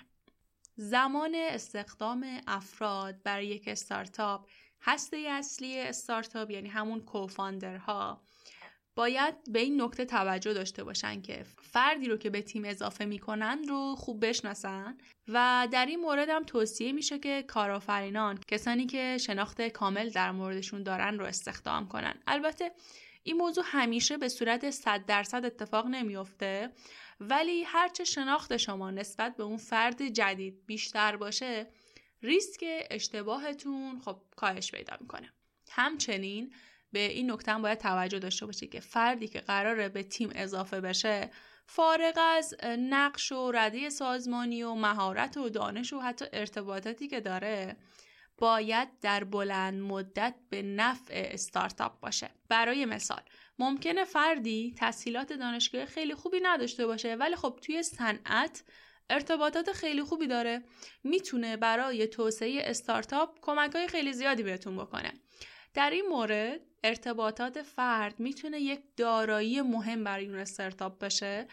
زمان استخدام افراد برای یک استارتاپ، هسته اصلی استارتاپ یعنی همون کوفاندرها باید به این نکته توجه داشته باشن که فردی رو که به تیم اضافه میکنن رو خوب بشناسن و در این مورد هم توصیه میشه که کارآفرینان، کسانی که شناخت کامل در موردشون دارن رو استخدام کنن. البته این موضوع همیشه به صورت صد درصد اتفاق نمیفته، ولی هرچه شناخت شما نسبت به اون فرد جدید بیشتر باشه، ریسک اشتباهتون خب کاهش پیدا میکنه. همچنین به این نکته هم باید توجه داشته باشید که فردی که قراره به تیم اضافه بشه، فارغ از نقش و رده سازمانی و مهارت و دانش و حتی ارتباطاتی که داره، باید در بلند مدت به نفع استارتاپ باشه. برای مثال ممکنه فردی تحصیلات دانشگاهی خیلی خوبی نداشته باشه، ولی خب توی صنعت ارتباطات خیلی خوبی داره، میتونه برای توسعه استارتاپ کمک‌های خیلی زیادی بهتون بکنه. در این مورد ارتباطات فرد میتونه یک دارایی مهم برای اون استارتاپ باشه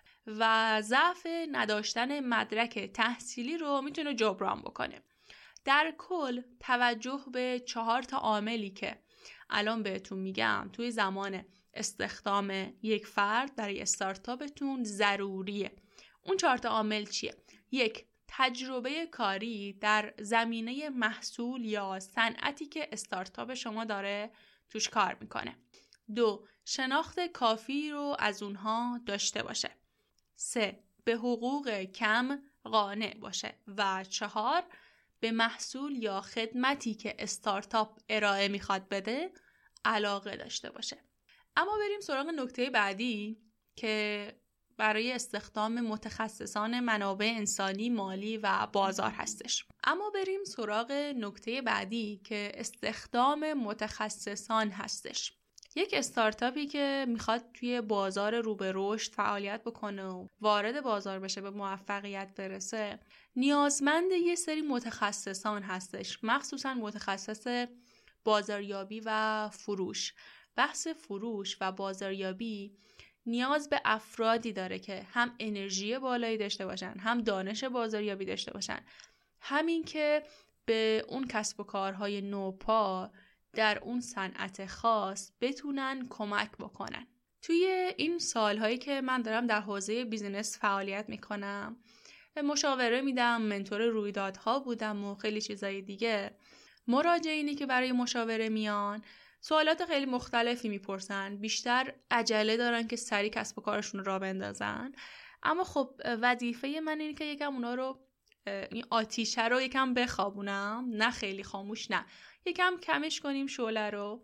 و ضعف نداشتن مدرک تحصیلی رو میتونه جبران بکنه. در کل توجه به چهار تا عاملی که الان بهتون میگم توی زمان استخدام یک فرد برای استارتاپتون ضروریه. اون چهار تا عامل چیه؟ یک، تجربه کاری در زمینه محصول یا صنعتی که استارتاپ شما داره توش کار میکنه. دو، شناخت کافی رو از اونها داشته باشه. سه، به حقوق کم قانع باشه. و چهار، به محصول یا خدمتی که استارتاپ ارائه میخواد بده علاقه داشته باشه. اما بریم سراغ نکته بعدی که برای استخدام متخصصان منابع انسانی، مالی و بازار هستش. اما بریم سراغ نکته بعدی که استخدام متخصصان هستش. یک استارتاپی که میخواد توی بازار رو به رشد فعالیت بکنه و وارد بازار بشه، به موفقیت برسه، نیازمند یه سری متخصصان هستش، مخصوصا متخصص بازاریابی و فروش. بحث فروش و بازاریابی نیاز به افرادی داره که هم انرژی بالایی داشته باشن، هم دانش بازاریابی داشته باشن، همین که به اون کسب و کارهای نوپا در اون صنعت خاص بتونن کمک بکنن. توی این سالهایی که من دارم در حوزه بیزینس فعالیت میکنم، مشاوره میدم، منتور رویدادها بودم و خیلی چیزای دیگه، مراجعینی که برای مشاوره میان سوالات خیلی مختلفی میپرسن، بیشتر عجله دارن که سریع کسب و کارشون را بندازن. اما خب وظیفه من اینه که یکم اونا رو، این آتیشه رو یکم بخوابونم، نه خیلی خاموش، نه یکم کمش کنیم شعله رو،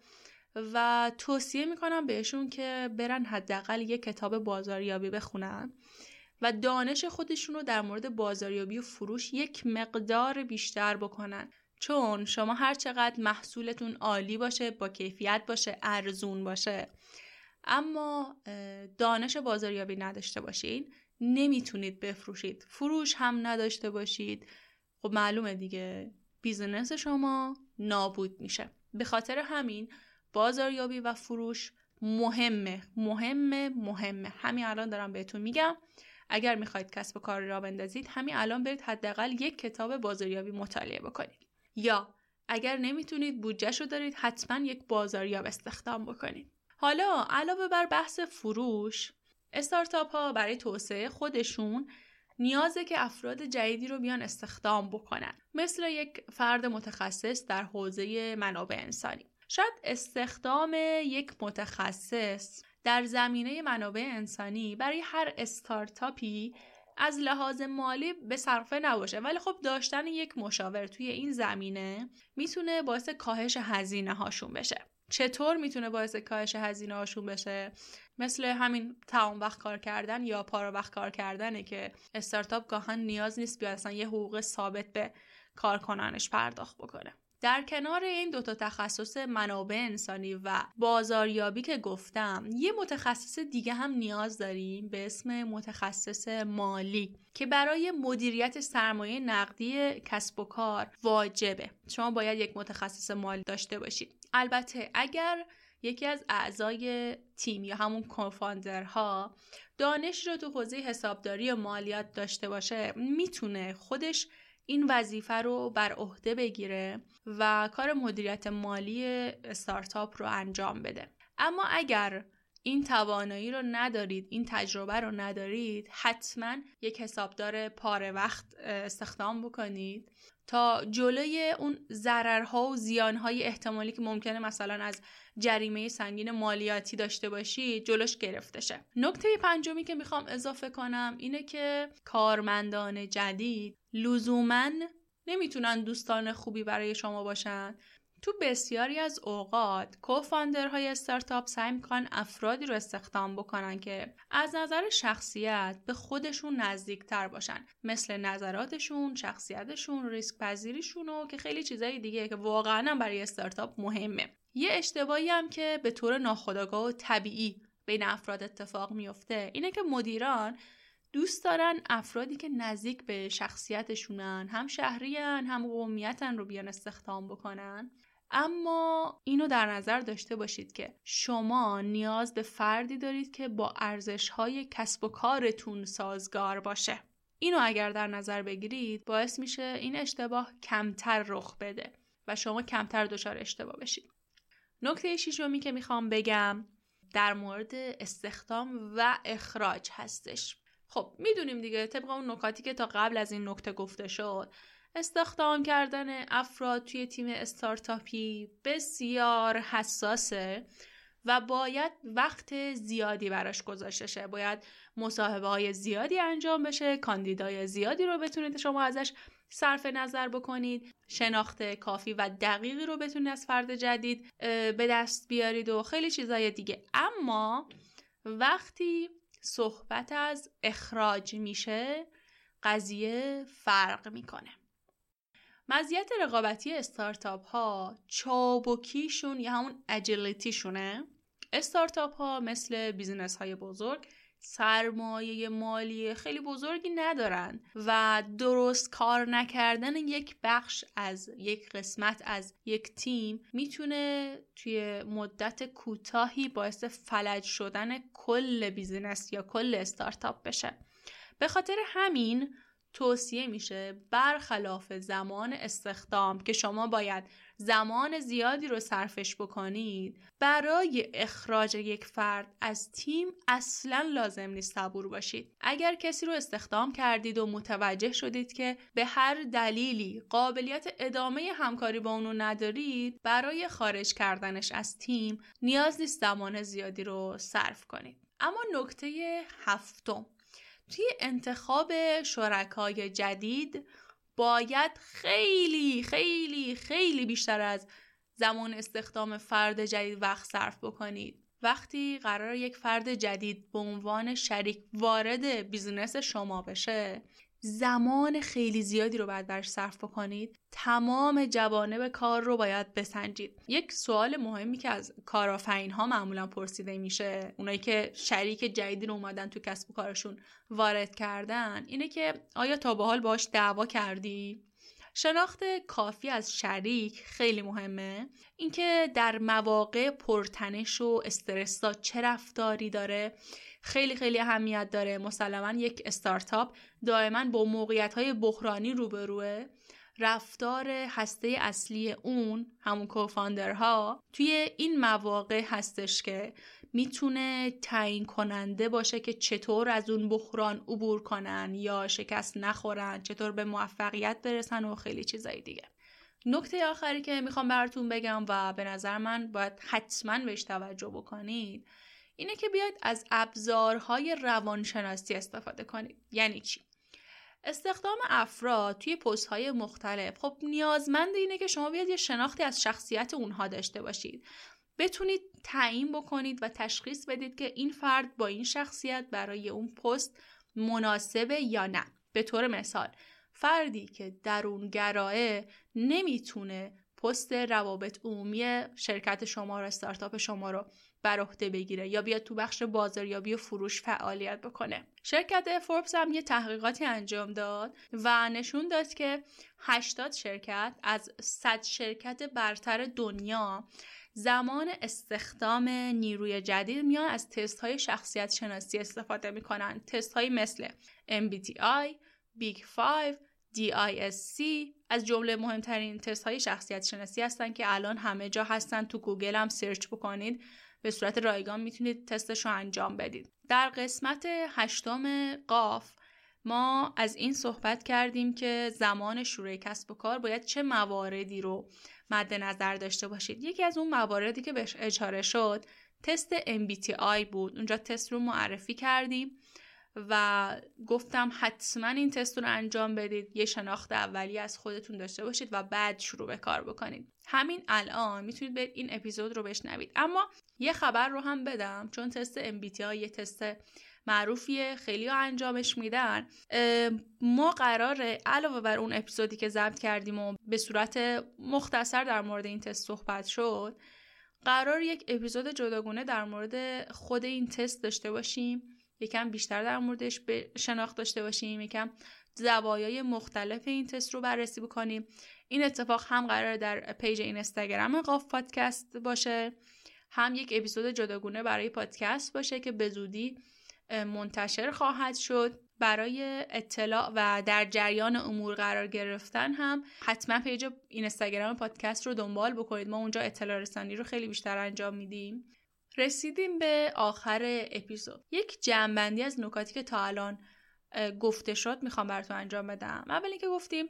و توصیه میکنم بهشون که برن حداقل یک کتاب بازاریابی بخونن و دانش خودشون رو در مورد بازاریابی و فروش یک مقدار بیشتر بکنن. چون شما هر چقدر محصولتون عالی باشه، با کیفیت باشه، ارزون باشه، اما دانش بازاریابی نداشته باشین، نمیتونید بفروشید. فروش هم نداشته باشید، خب معلومه دیگه بیزنس شما نابود میشه. به خاطر همین بازاریابی و فروش مهمه مهمه مهمه. همین الان دارم بهتون میگم، اگر میخواید کسب و کار را بندازید، همین الان برید حداقل یک کتاب بازاریابی مطالعه بکنید، یا اگر نمیتونید بودجهشو دارید، حتما یک بازاریاب استخدام بکنید. حالا علاوه بر بحث فروش، استارتاپ ها برای توسعه خودشون نیازه که افراد جدیدی رو بیان استخدام بکنن، مثل یک فرد متخصص در حوزه منابع انسانی. شاید استخدام یک متخصص در زمینه منابع انسانی برای هر استارتاپی از لحاظ مالی به صرفه نباشه، ولی خب داشتن یک مشاور توی این زمینه میتونه باعث کاهش هزینه هاشون بشه. چطور میتونه باعث کاهش هزینه هاشون بشه؟ مثل همین تمام وقت کار کردن یا پارا وقت کار کردنه که استارتاپ گاهن نیاز نیست بیاد اصلا یه حقوق ثابت به کارکنانش پرداخت بکنه. در کنار این دوتا تخصص منابع انسانی و بازاریابی که گفتم، یه متخصص دیگه هم نیاز داریم به اسم متخصص مالی که برای مدیریت سرمایه نقدی کسب و کار واجبه. شما باید یک متخصص مالی داشته باشید. البته اگر یکی از اعضای تیم یا همون کوفاندرها دانش رو تو حوزه حسابداری و مالیات داشته باشه، میتونه خودش این وظیفه رو بر عهده بگیره و کار مدیریت مالی استارتاپ رو انجام بده. اما اگر این توانایی رو ندارید، این تجربه رو ندارید، حتما یک حسابدار پاره وقت استخدام بکنید تا جلوی اون ضررها و زیانهای احتمالی که ممکنه مثلا از جریمه سنگین مالیاتی داشته باشید جلوش گرفته شه. نکته پنجمی که میخوام اضافه کنم اینه که کارمندان جدید لزوماً نمیتونن دوستان خوبی برای شما باشن. تو بسیاری از اوقات کوفاندرهای استارتاپ سعی میکنن افرادی رو استخدام بکنن که از نظر شخصیت به خودشون نزدیکتر باشن، مثل نظراتشون، شخصیتشون، ریسک پذیریشون و که خیلی چیزای دیگه که واقعا برای استارتاپ مهمه. یه اشتباهی هم که به طور ناخودآگاه و طبیعی بین افراد اتفاق میفته اینه که مدیران دوست دارن افرادی که نزدیک به شخصیتشونن، هم شهریان هم قومیتن رو بیان استخدام بکنن. اما اینو در نظر داشته باشید که شما نیاز به فردی دارید که با ارزش‌های کسب و کارتون سازگار باشه. اینو اگر در نظر بگیرید باعث میشه این اشتباه کمتر رخ بده و شما کمتر دچار اشتباه بشید. نکته ششمی که میخوام بگم در مورد استخدام و اخراج هستش. خب میدونیم دیگه طبق اون نکاتی که تا قبل از این نکته گفته شد، استخدام کردن افراد توی تیم استارتاپی بسیار حساسه و باید وقت زیادی براش گذاشته شه. باید مصاحبه های زیادی انجام بشه، کاندیدای زیادی رو بتونید شما ازش صرف نظر بکنید، شناخت کافی و دقیقی رو بتونید از فرد جدید به دست بیارید و خیلی چیزای دیگه. اما وقتی صحبت از اخراج میشه قضیه فرق میکنه. مزیت رقابتی استارتاپ ها چابکیشون یا همون اجیلیتیشونه. استارتاپ ها مثل بیزینس های بزرگ سرمایه مالی خیلی بزرگی ندارن و درست کار نکردن یک بخش از یک قسمت از یک تیم میتونه توی مدت کوتاهی باعث فلج شدن کل بیزینس یا کل استارتاپ بشه. به خاطر همین توصیه میشه برخلاف زمان استخدام که شما باید زمان زیادی رو صرفش بکنید، برای اخراج یک فرد از تیم اصلا لازم نیست صبور باشید. اگر کسی رو استخدام کردید و متوجه شدید که به هر دلیلی قابلیت ادامه همکاری با اونو ندارید، برای خارج کردنش از تیم نیاز نیست زمان زیادی رو صرف کنید. اما نکته هفتم، توی انتخاب شرکای جدید باید خیلی خیلی خیلی بیشتر از زمان استخدام فرد جدید وقت صرف بکنید. وقتی قرار یک فرد جدید به عنوان شریک وارد بیزینس شما بشه، زمان خیلی زیادی رو باید برش صرف بکنید. تمام جوانب کار رو باید بسنجید. یک سوال مهمی که از کارآفرین‌ها معمولا پرسیده میشه، اونایی که شریک جدیدی رو اومدن تو کسب و کارشون وارد کردن، اینه که آیا تا به حال باهاش دعوا کردی؟ شناخت کافی از شریک خیلی مهمه. اینکه در مواقع پرتنش و استرس‌ها چه رفتاری داره خیلی خیلی اهمیت داره. مسلماً یک استارتاپ دائما با موقعیت‌های بحرانی روبروه. رفتار هسته اصلی اون، همون کوفاندرها، توی این مواقع هستش که میتونه تعیین کننده باشه که چطور از اون بحران عبور کنن یا شکست نخورن، چطور به موفقیت برسن و خیلی چیزای دیگه. نکته آخری که میخوام براتون بگم و به نظر من باید حتما بهش توجه بکنید اینه که بیاید از ابزارهای روانشناسی استفاده کنید. یعنی چی؟ استخدام افراد توی پست‌های مختلف خب نیازمند اینه که شما بیاید یه شناختی از شخصیت اونها داشته باشید، بتونید تعیین بکنید و تشخیص بدید که این فرد با این شخصیت برای اون پست مناسبه یا نه. به طور مثال فردی که درونگراه نمیتونه پست روابط عمومی شرکت شما رو، استارتاپ شما رو بر عهده بگیره یا بیاد تو بخش بازاریابی و فروش فعالیت بکنه. شرکت فوربس هم یه تحقیقاتی انجام داد و نشون داد که هشتاد شرکت از صد شرکت برتر دنیا زمان استخدام نیروی جدید میان از تست های شخصیت شناسی استفاده میکنن. تست های مثل ام بی تی آی، بیگ فایو، دی آی اس سی از جمله مهمترین تست های شخصیت شناسی هستن که الان همه جا هستن. تو گوگل هم سرچ بکنید به صورت رایگان میتونید تستش رو انجام بدید. در قسمت هشتم قاف ما از این صحبت کردیم که زمان شروع کسب و کار باید چه مواردی رو مد نظر داشته باشید. یکی از اون مواردی که بهش اشاره شد تست ام بی تی آی بود. اونجا تست رو معرفی کردیم و گفتم حتما این تست رو انجام بدید، یه شناخت اولیه از خودتون داشته باشید و بعد شروع به کار بکنید. همین الان میتونید برید این اپیزود رو بشنوید. اما یه خبر رو هم بدم، چون تست ام بی تی آی یه تست معروفیه، خیلی ها انجامش میدن. ما قراره علاوه بر اون اپیزودی که ضبط کردیم و به صورت مختصر در مورد این تست صحبت شد، قرار یک اپیزود جداگونه در مورد خود این تست داشته باشیم، یکم بیشتر در موردش به شناخت داشته باشیم، یکم زوایای مختلف این تست رو بررسی بکنیم. این اتفاق هم قراره در پیج اینستاگرام قاف پادکست باشه، هم یک اپیزود جداگونه برای پادکست باشه که به زودی منتشر خواهد شد. برای اطلاع و در جریان امور قرار گرفتن هم حتما پیج اینستاگرام پادکست رو دنبال بکنید. ما اونجا اطلاع رسانی رو خیلی بیشتر انجام میدیم. رسیدیم به آخر اپیزود. یک جمع‌بندی از نکاتی که تا الان گفته شد میخوام براتون انجام بدم. اولی که گفتیم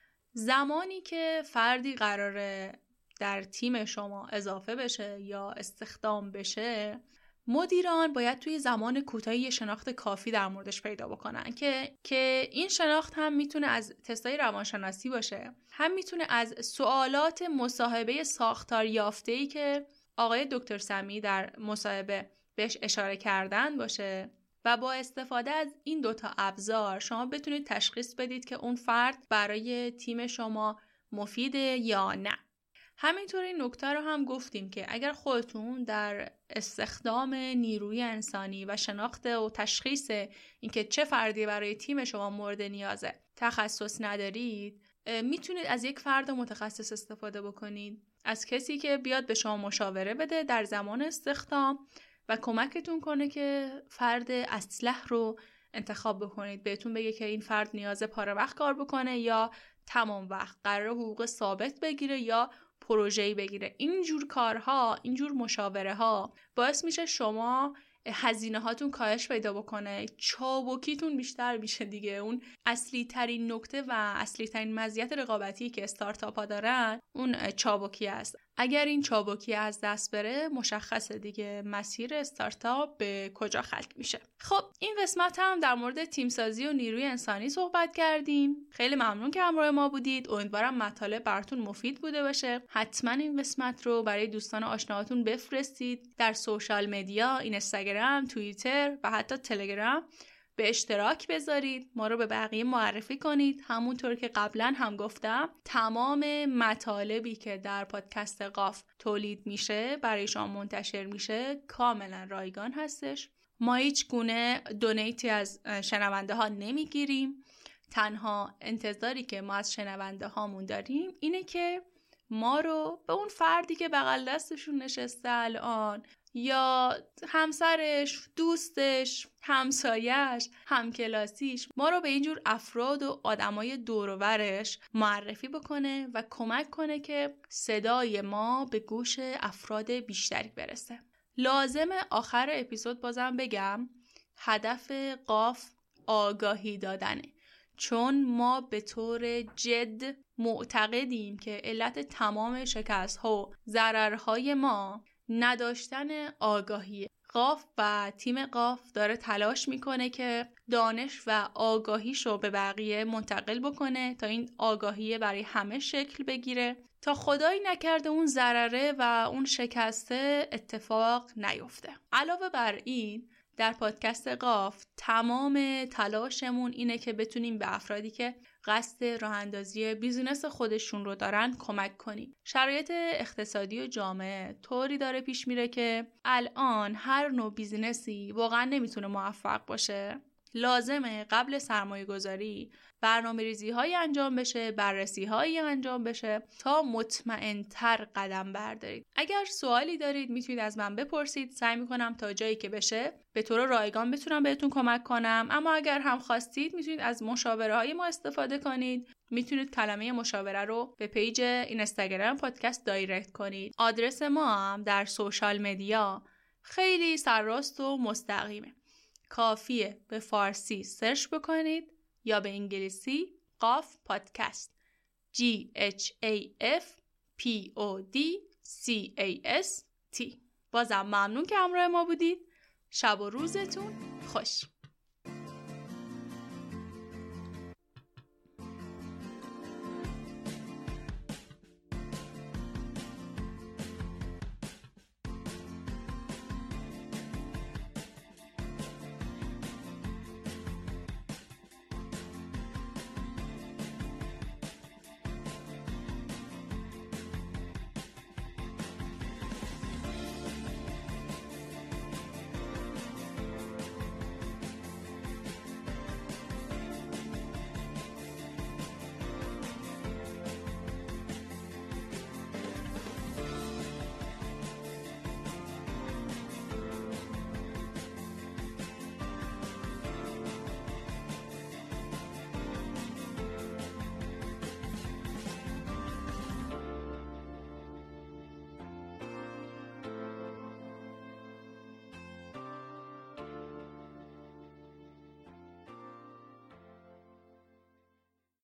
زمانی که فردی قراره در تیم شما اضافه بشه یا استخدام بشه، مدیران باید توی زمان کوتاهی شناخت کافی در موردش پیدا بکنن که که این شناخت هم میتونه از تستای روانشناسی باشه، هم میتونه از سوالات مصاحبه ساختار یافته‌ای که آقای دکتر سمی در مصاحبه بهش اشاره کردن باشه و با استفاده از این دوتا ابزار شما بتونید تشخیص بدید که اون فرد برای تیم شما مفیده یا نه. همینطور این نکته رو هم گفتیم که اگر خودتون در استخدام نیروی انسانی و شناخت و تشخیص اینکه چه فردی برای تیم شما مورد نیازه تخصص ندارید، میتونید از یک فرد متخصص استفاده بکنید، از کسی که بیاد به شما مشاوره بده در زمان استخدام و کمکتون کنه که فرد اصلح رو انتخاب بکنید. بهتون بگه که این فرد نیاز پاره وقت کار بکنه یا تمام وقت، قراره حقوق ثابت بگیره یا پروژه‌ای بگیره. اینجور کارها، اینجور مشاوره ها باعث میشه شما هزینه هاتون کاهش پیدا بکنه، چابکیتون بیشتر میشه دیگه. اون اصلی ترین نکته و اصلی ترین مزیت رقابتی که استارتاپ ها دارن اون چابکی است. اگر این چابکی از دست بره مشخصه دیگه مسیر استارتاپ به کجا ختم میشه. خب این قسمت هم در مورد تیم سازی و نیروی انسانی صحبت کردیم. خیلی ممنون که همراه ما بودید. امیدوارم مطالب براتون مفید بوده باشه. حتما این قسمت رو برای دوستان آشناهاتون بفرستید. در سوشال مدیا، اینستاگرام، توییتر و حتی تلگرام به اشتراک بذارید، ما رو به بقیه معرفی کنید. همونطور که قبلا هم گفتم تمام مطالبی که در پادکست قاف تولید میشه برای شما منتشر میشه کاملا رایگان هستش. ما هیچ گونه دونیتی از شنونده ها نمیگیریم. تنها انتظاری که ما از شنونده هامون داریم اینه که ما رو به اون فردی که بغل دستشون نشسته الان یا همسرش، دوستش، همسایش، همکلاسیش، ما رو به اینجور افراد و آدمای دور و برش معرفی بکنه و کمک کنه که صدای ما به گوش افراد بیشتری برسه. لازمه آخر اپیزود بازم بگم هدف قاف آگاهی دادنه، چون ما به طور جد معتقدیم که علت تمام شکست ها و ضررهای ما نداشتن آگاهیه. قاف و تیم قاف داره تلاش میکنه که دانش و آگاهیشو به بقیه منتقل بکنه تا این آگاهی برای همه شکل بگیره، تا خدایی نکرده اون ضرره و اون شکسته اتفاق نیفته. علاوه بر این در پادکست قاف تمام تلاشمون اینه که بتونیم به افرادی که قصد راه اندازی بیزینس خودشون رو دارن کمک کنیم. شرایط اقتصادی و جامعه طوری داره پیش میره که الان هر نوع بیزینسی واقعا نمیتونه موفق باشه لازمه قبل سرمایه گذاری برنامه ریزی های انجام بشه، بررسی هایی انجام بشه تا مطمئن تر قدم بردارید. اگر سوالی دارید میتونید از من بپرسید، سعی میکنم تا جایی که بشه به طور رایگان بتونم بهتون کمک کنم. اما اگر هم خواستید میتونید از مشاوره های ما استفاده کنید. میتونید کلمه مشاوره رو به پیج اینستاگرام پادکست دایرکت کنید. آدرس ما هم در سوشال مدیا خیلی سرراست و مستقیمه. کافیه به فارسی سرچ بکنید یا به انگلیسی قاف پادکست G H A F P O D C A S T. بازم ممنون که همراه ما بودید. شب و روزتون خوش.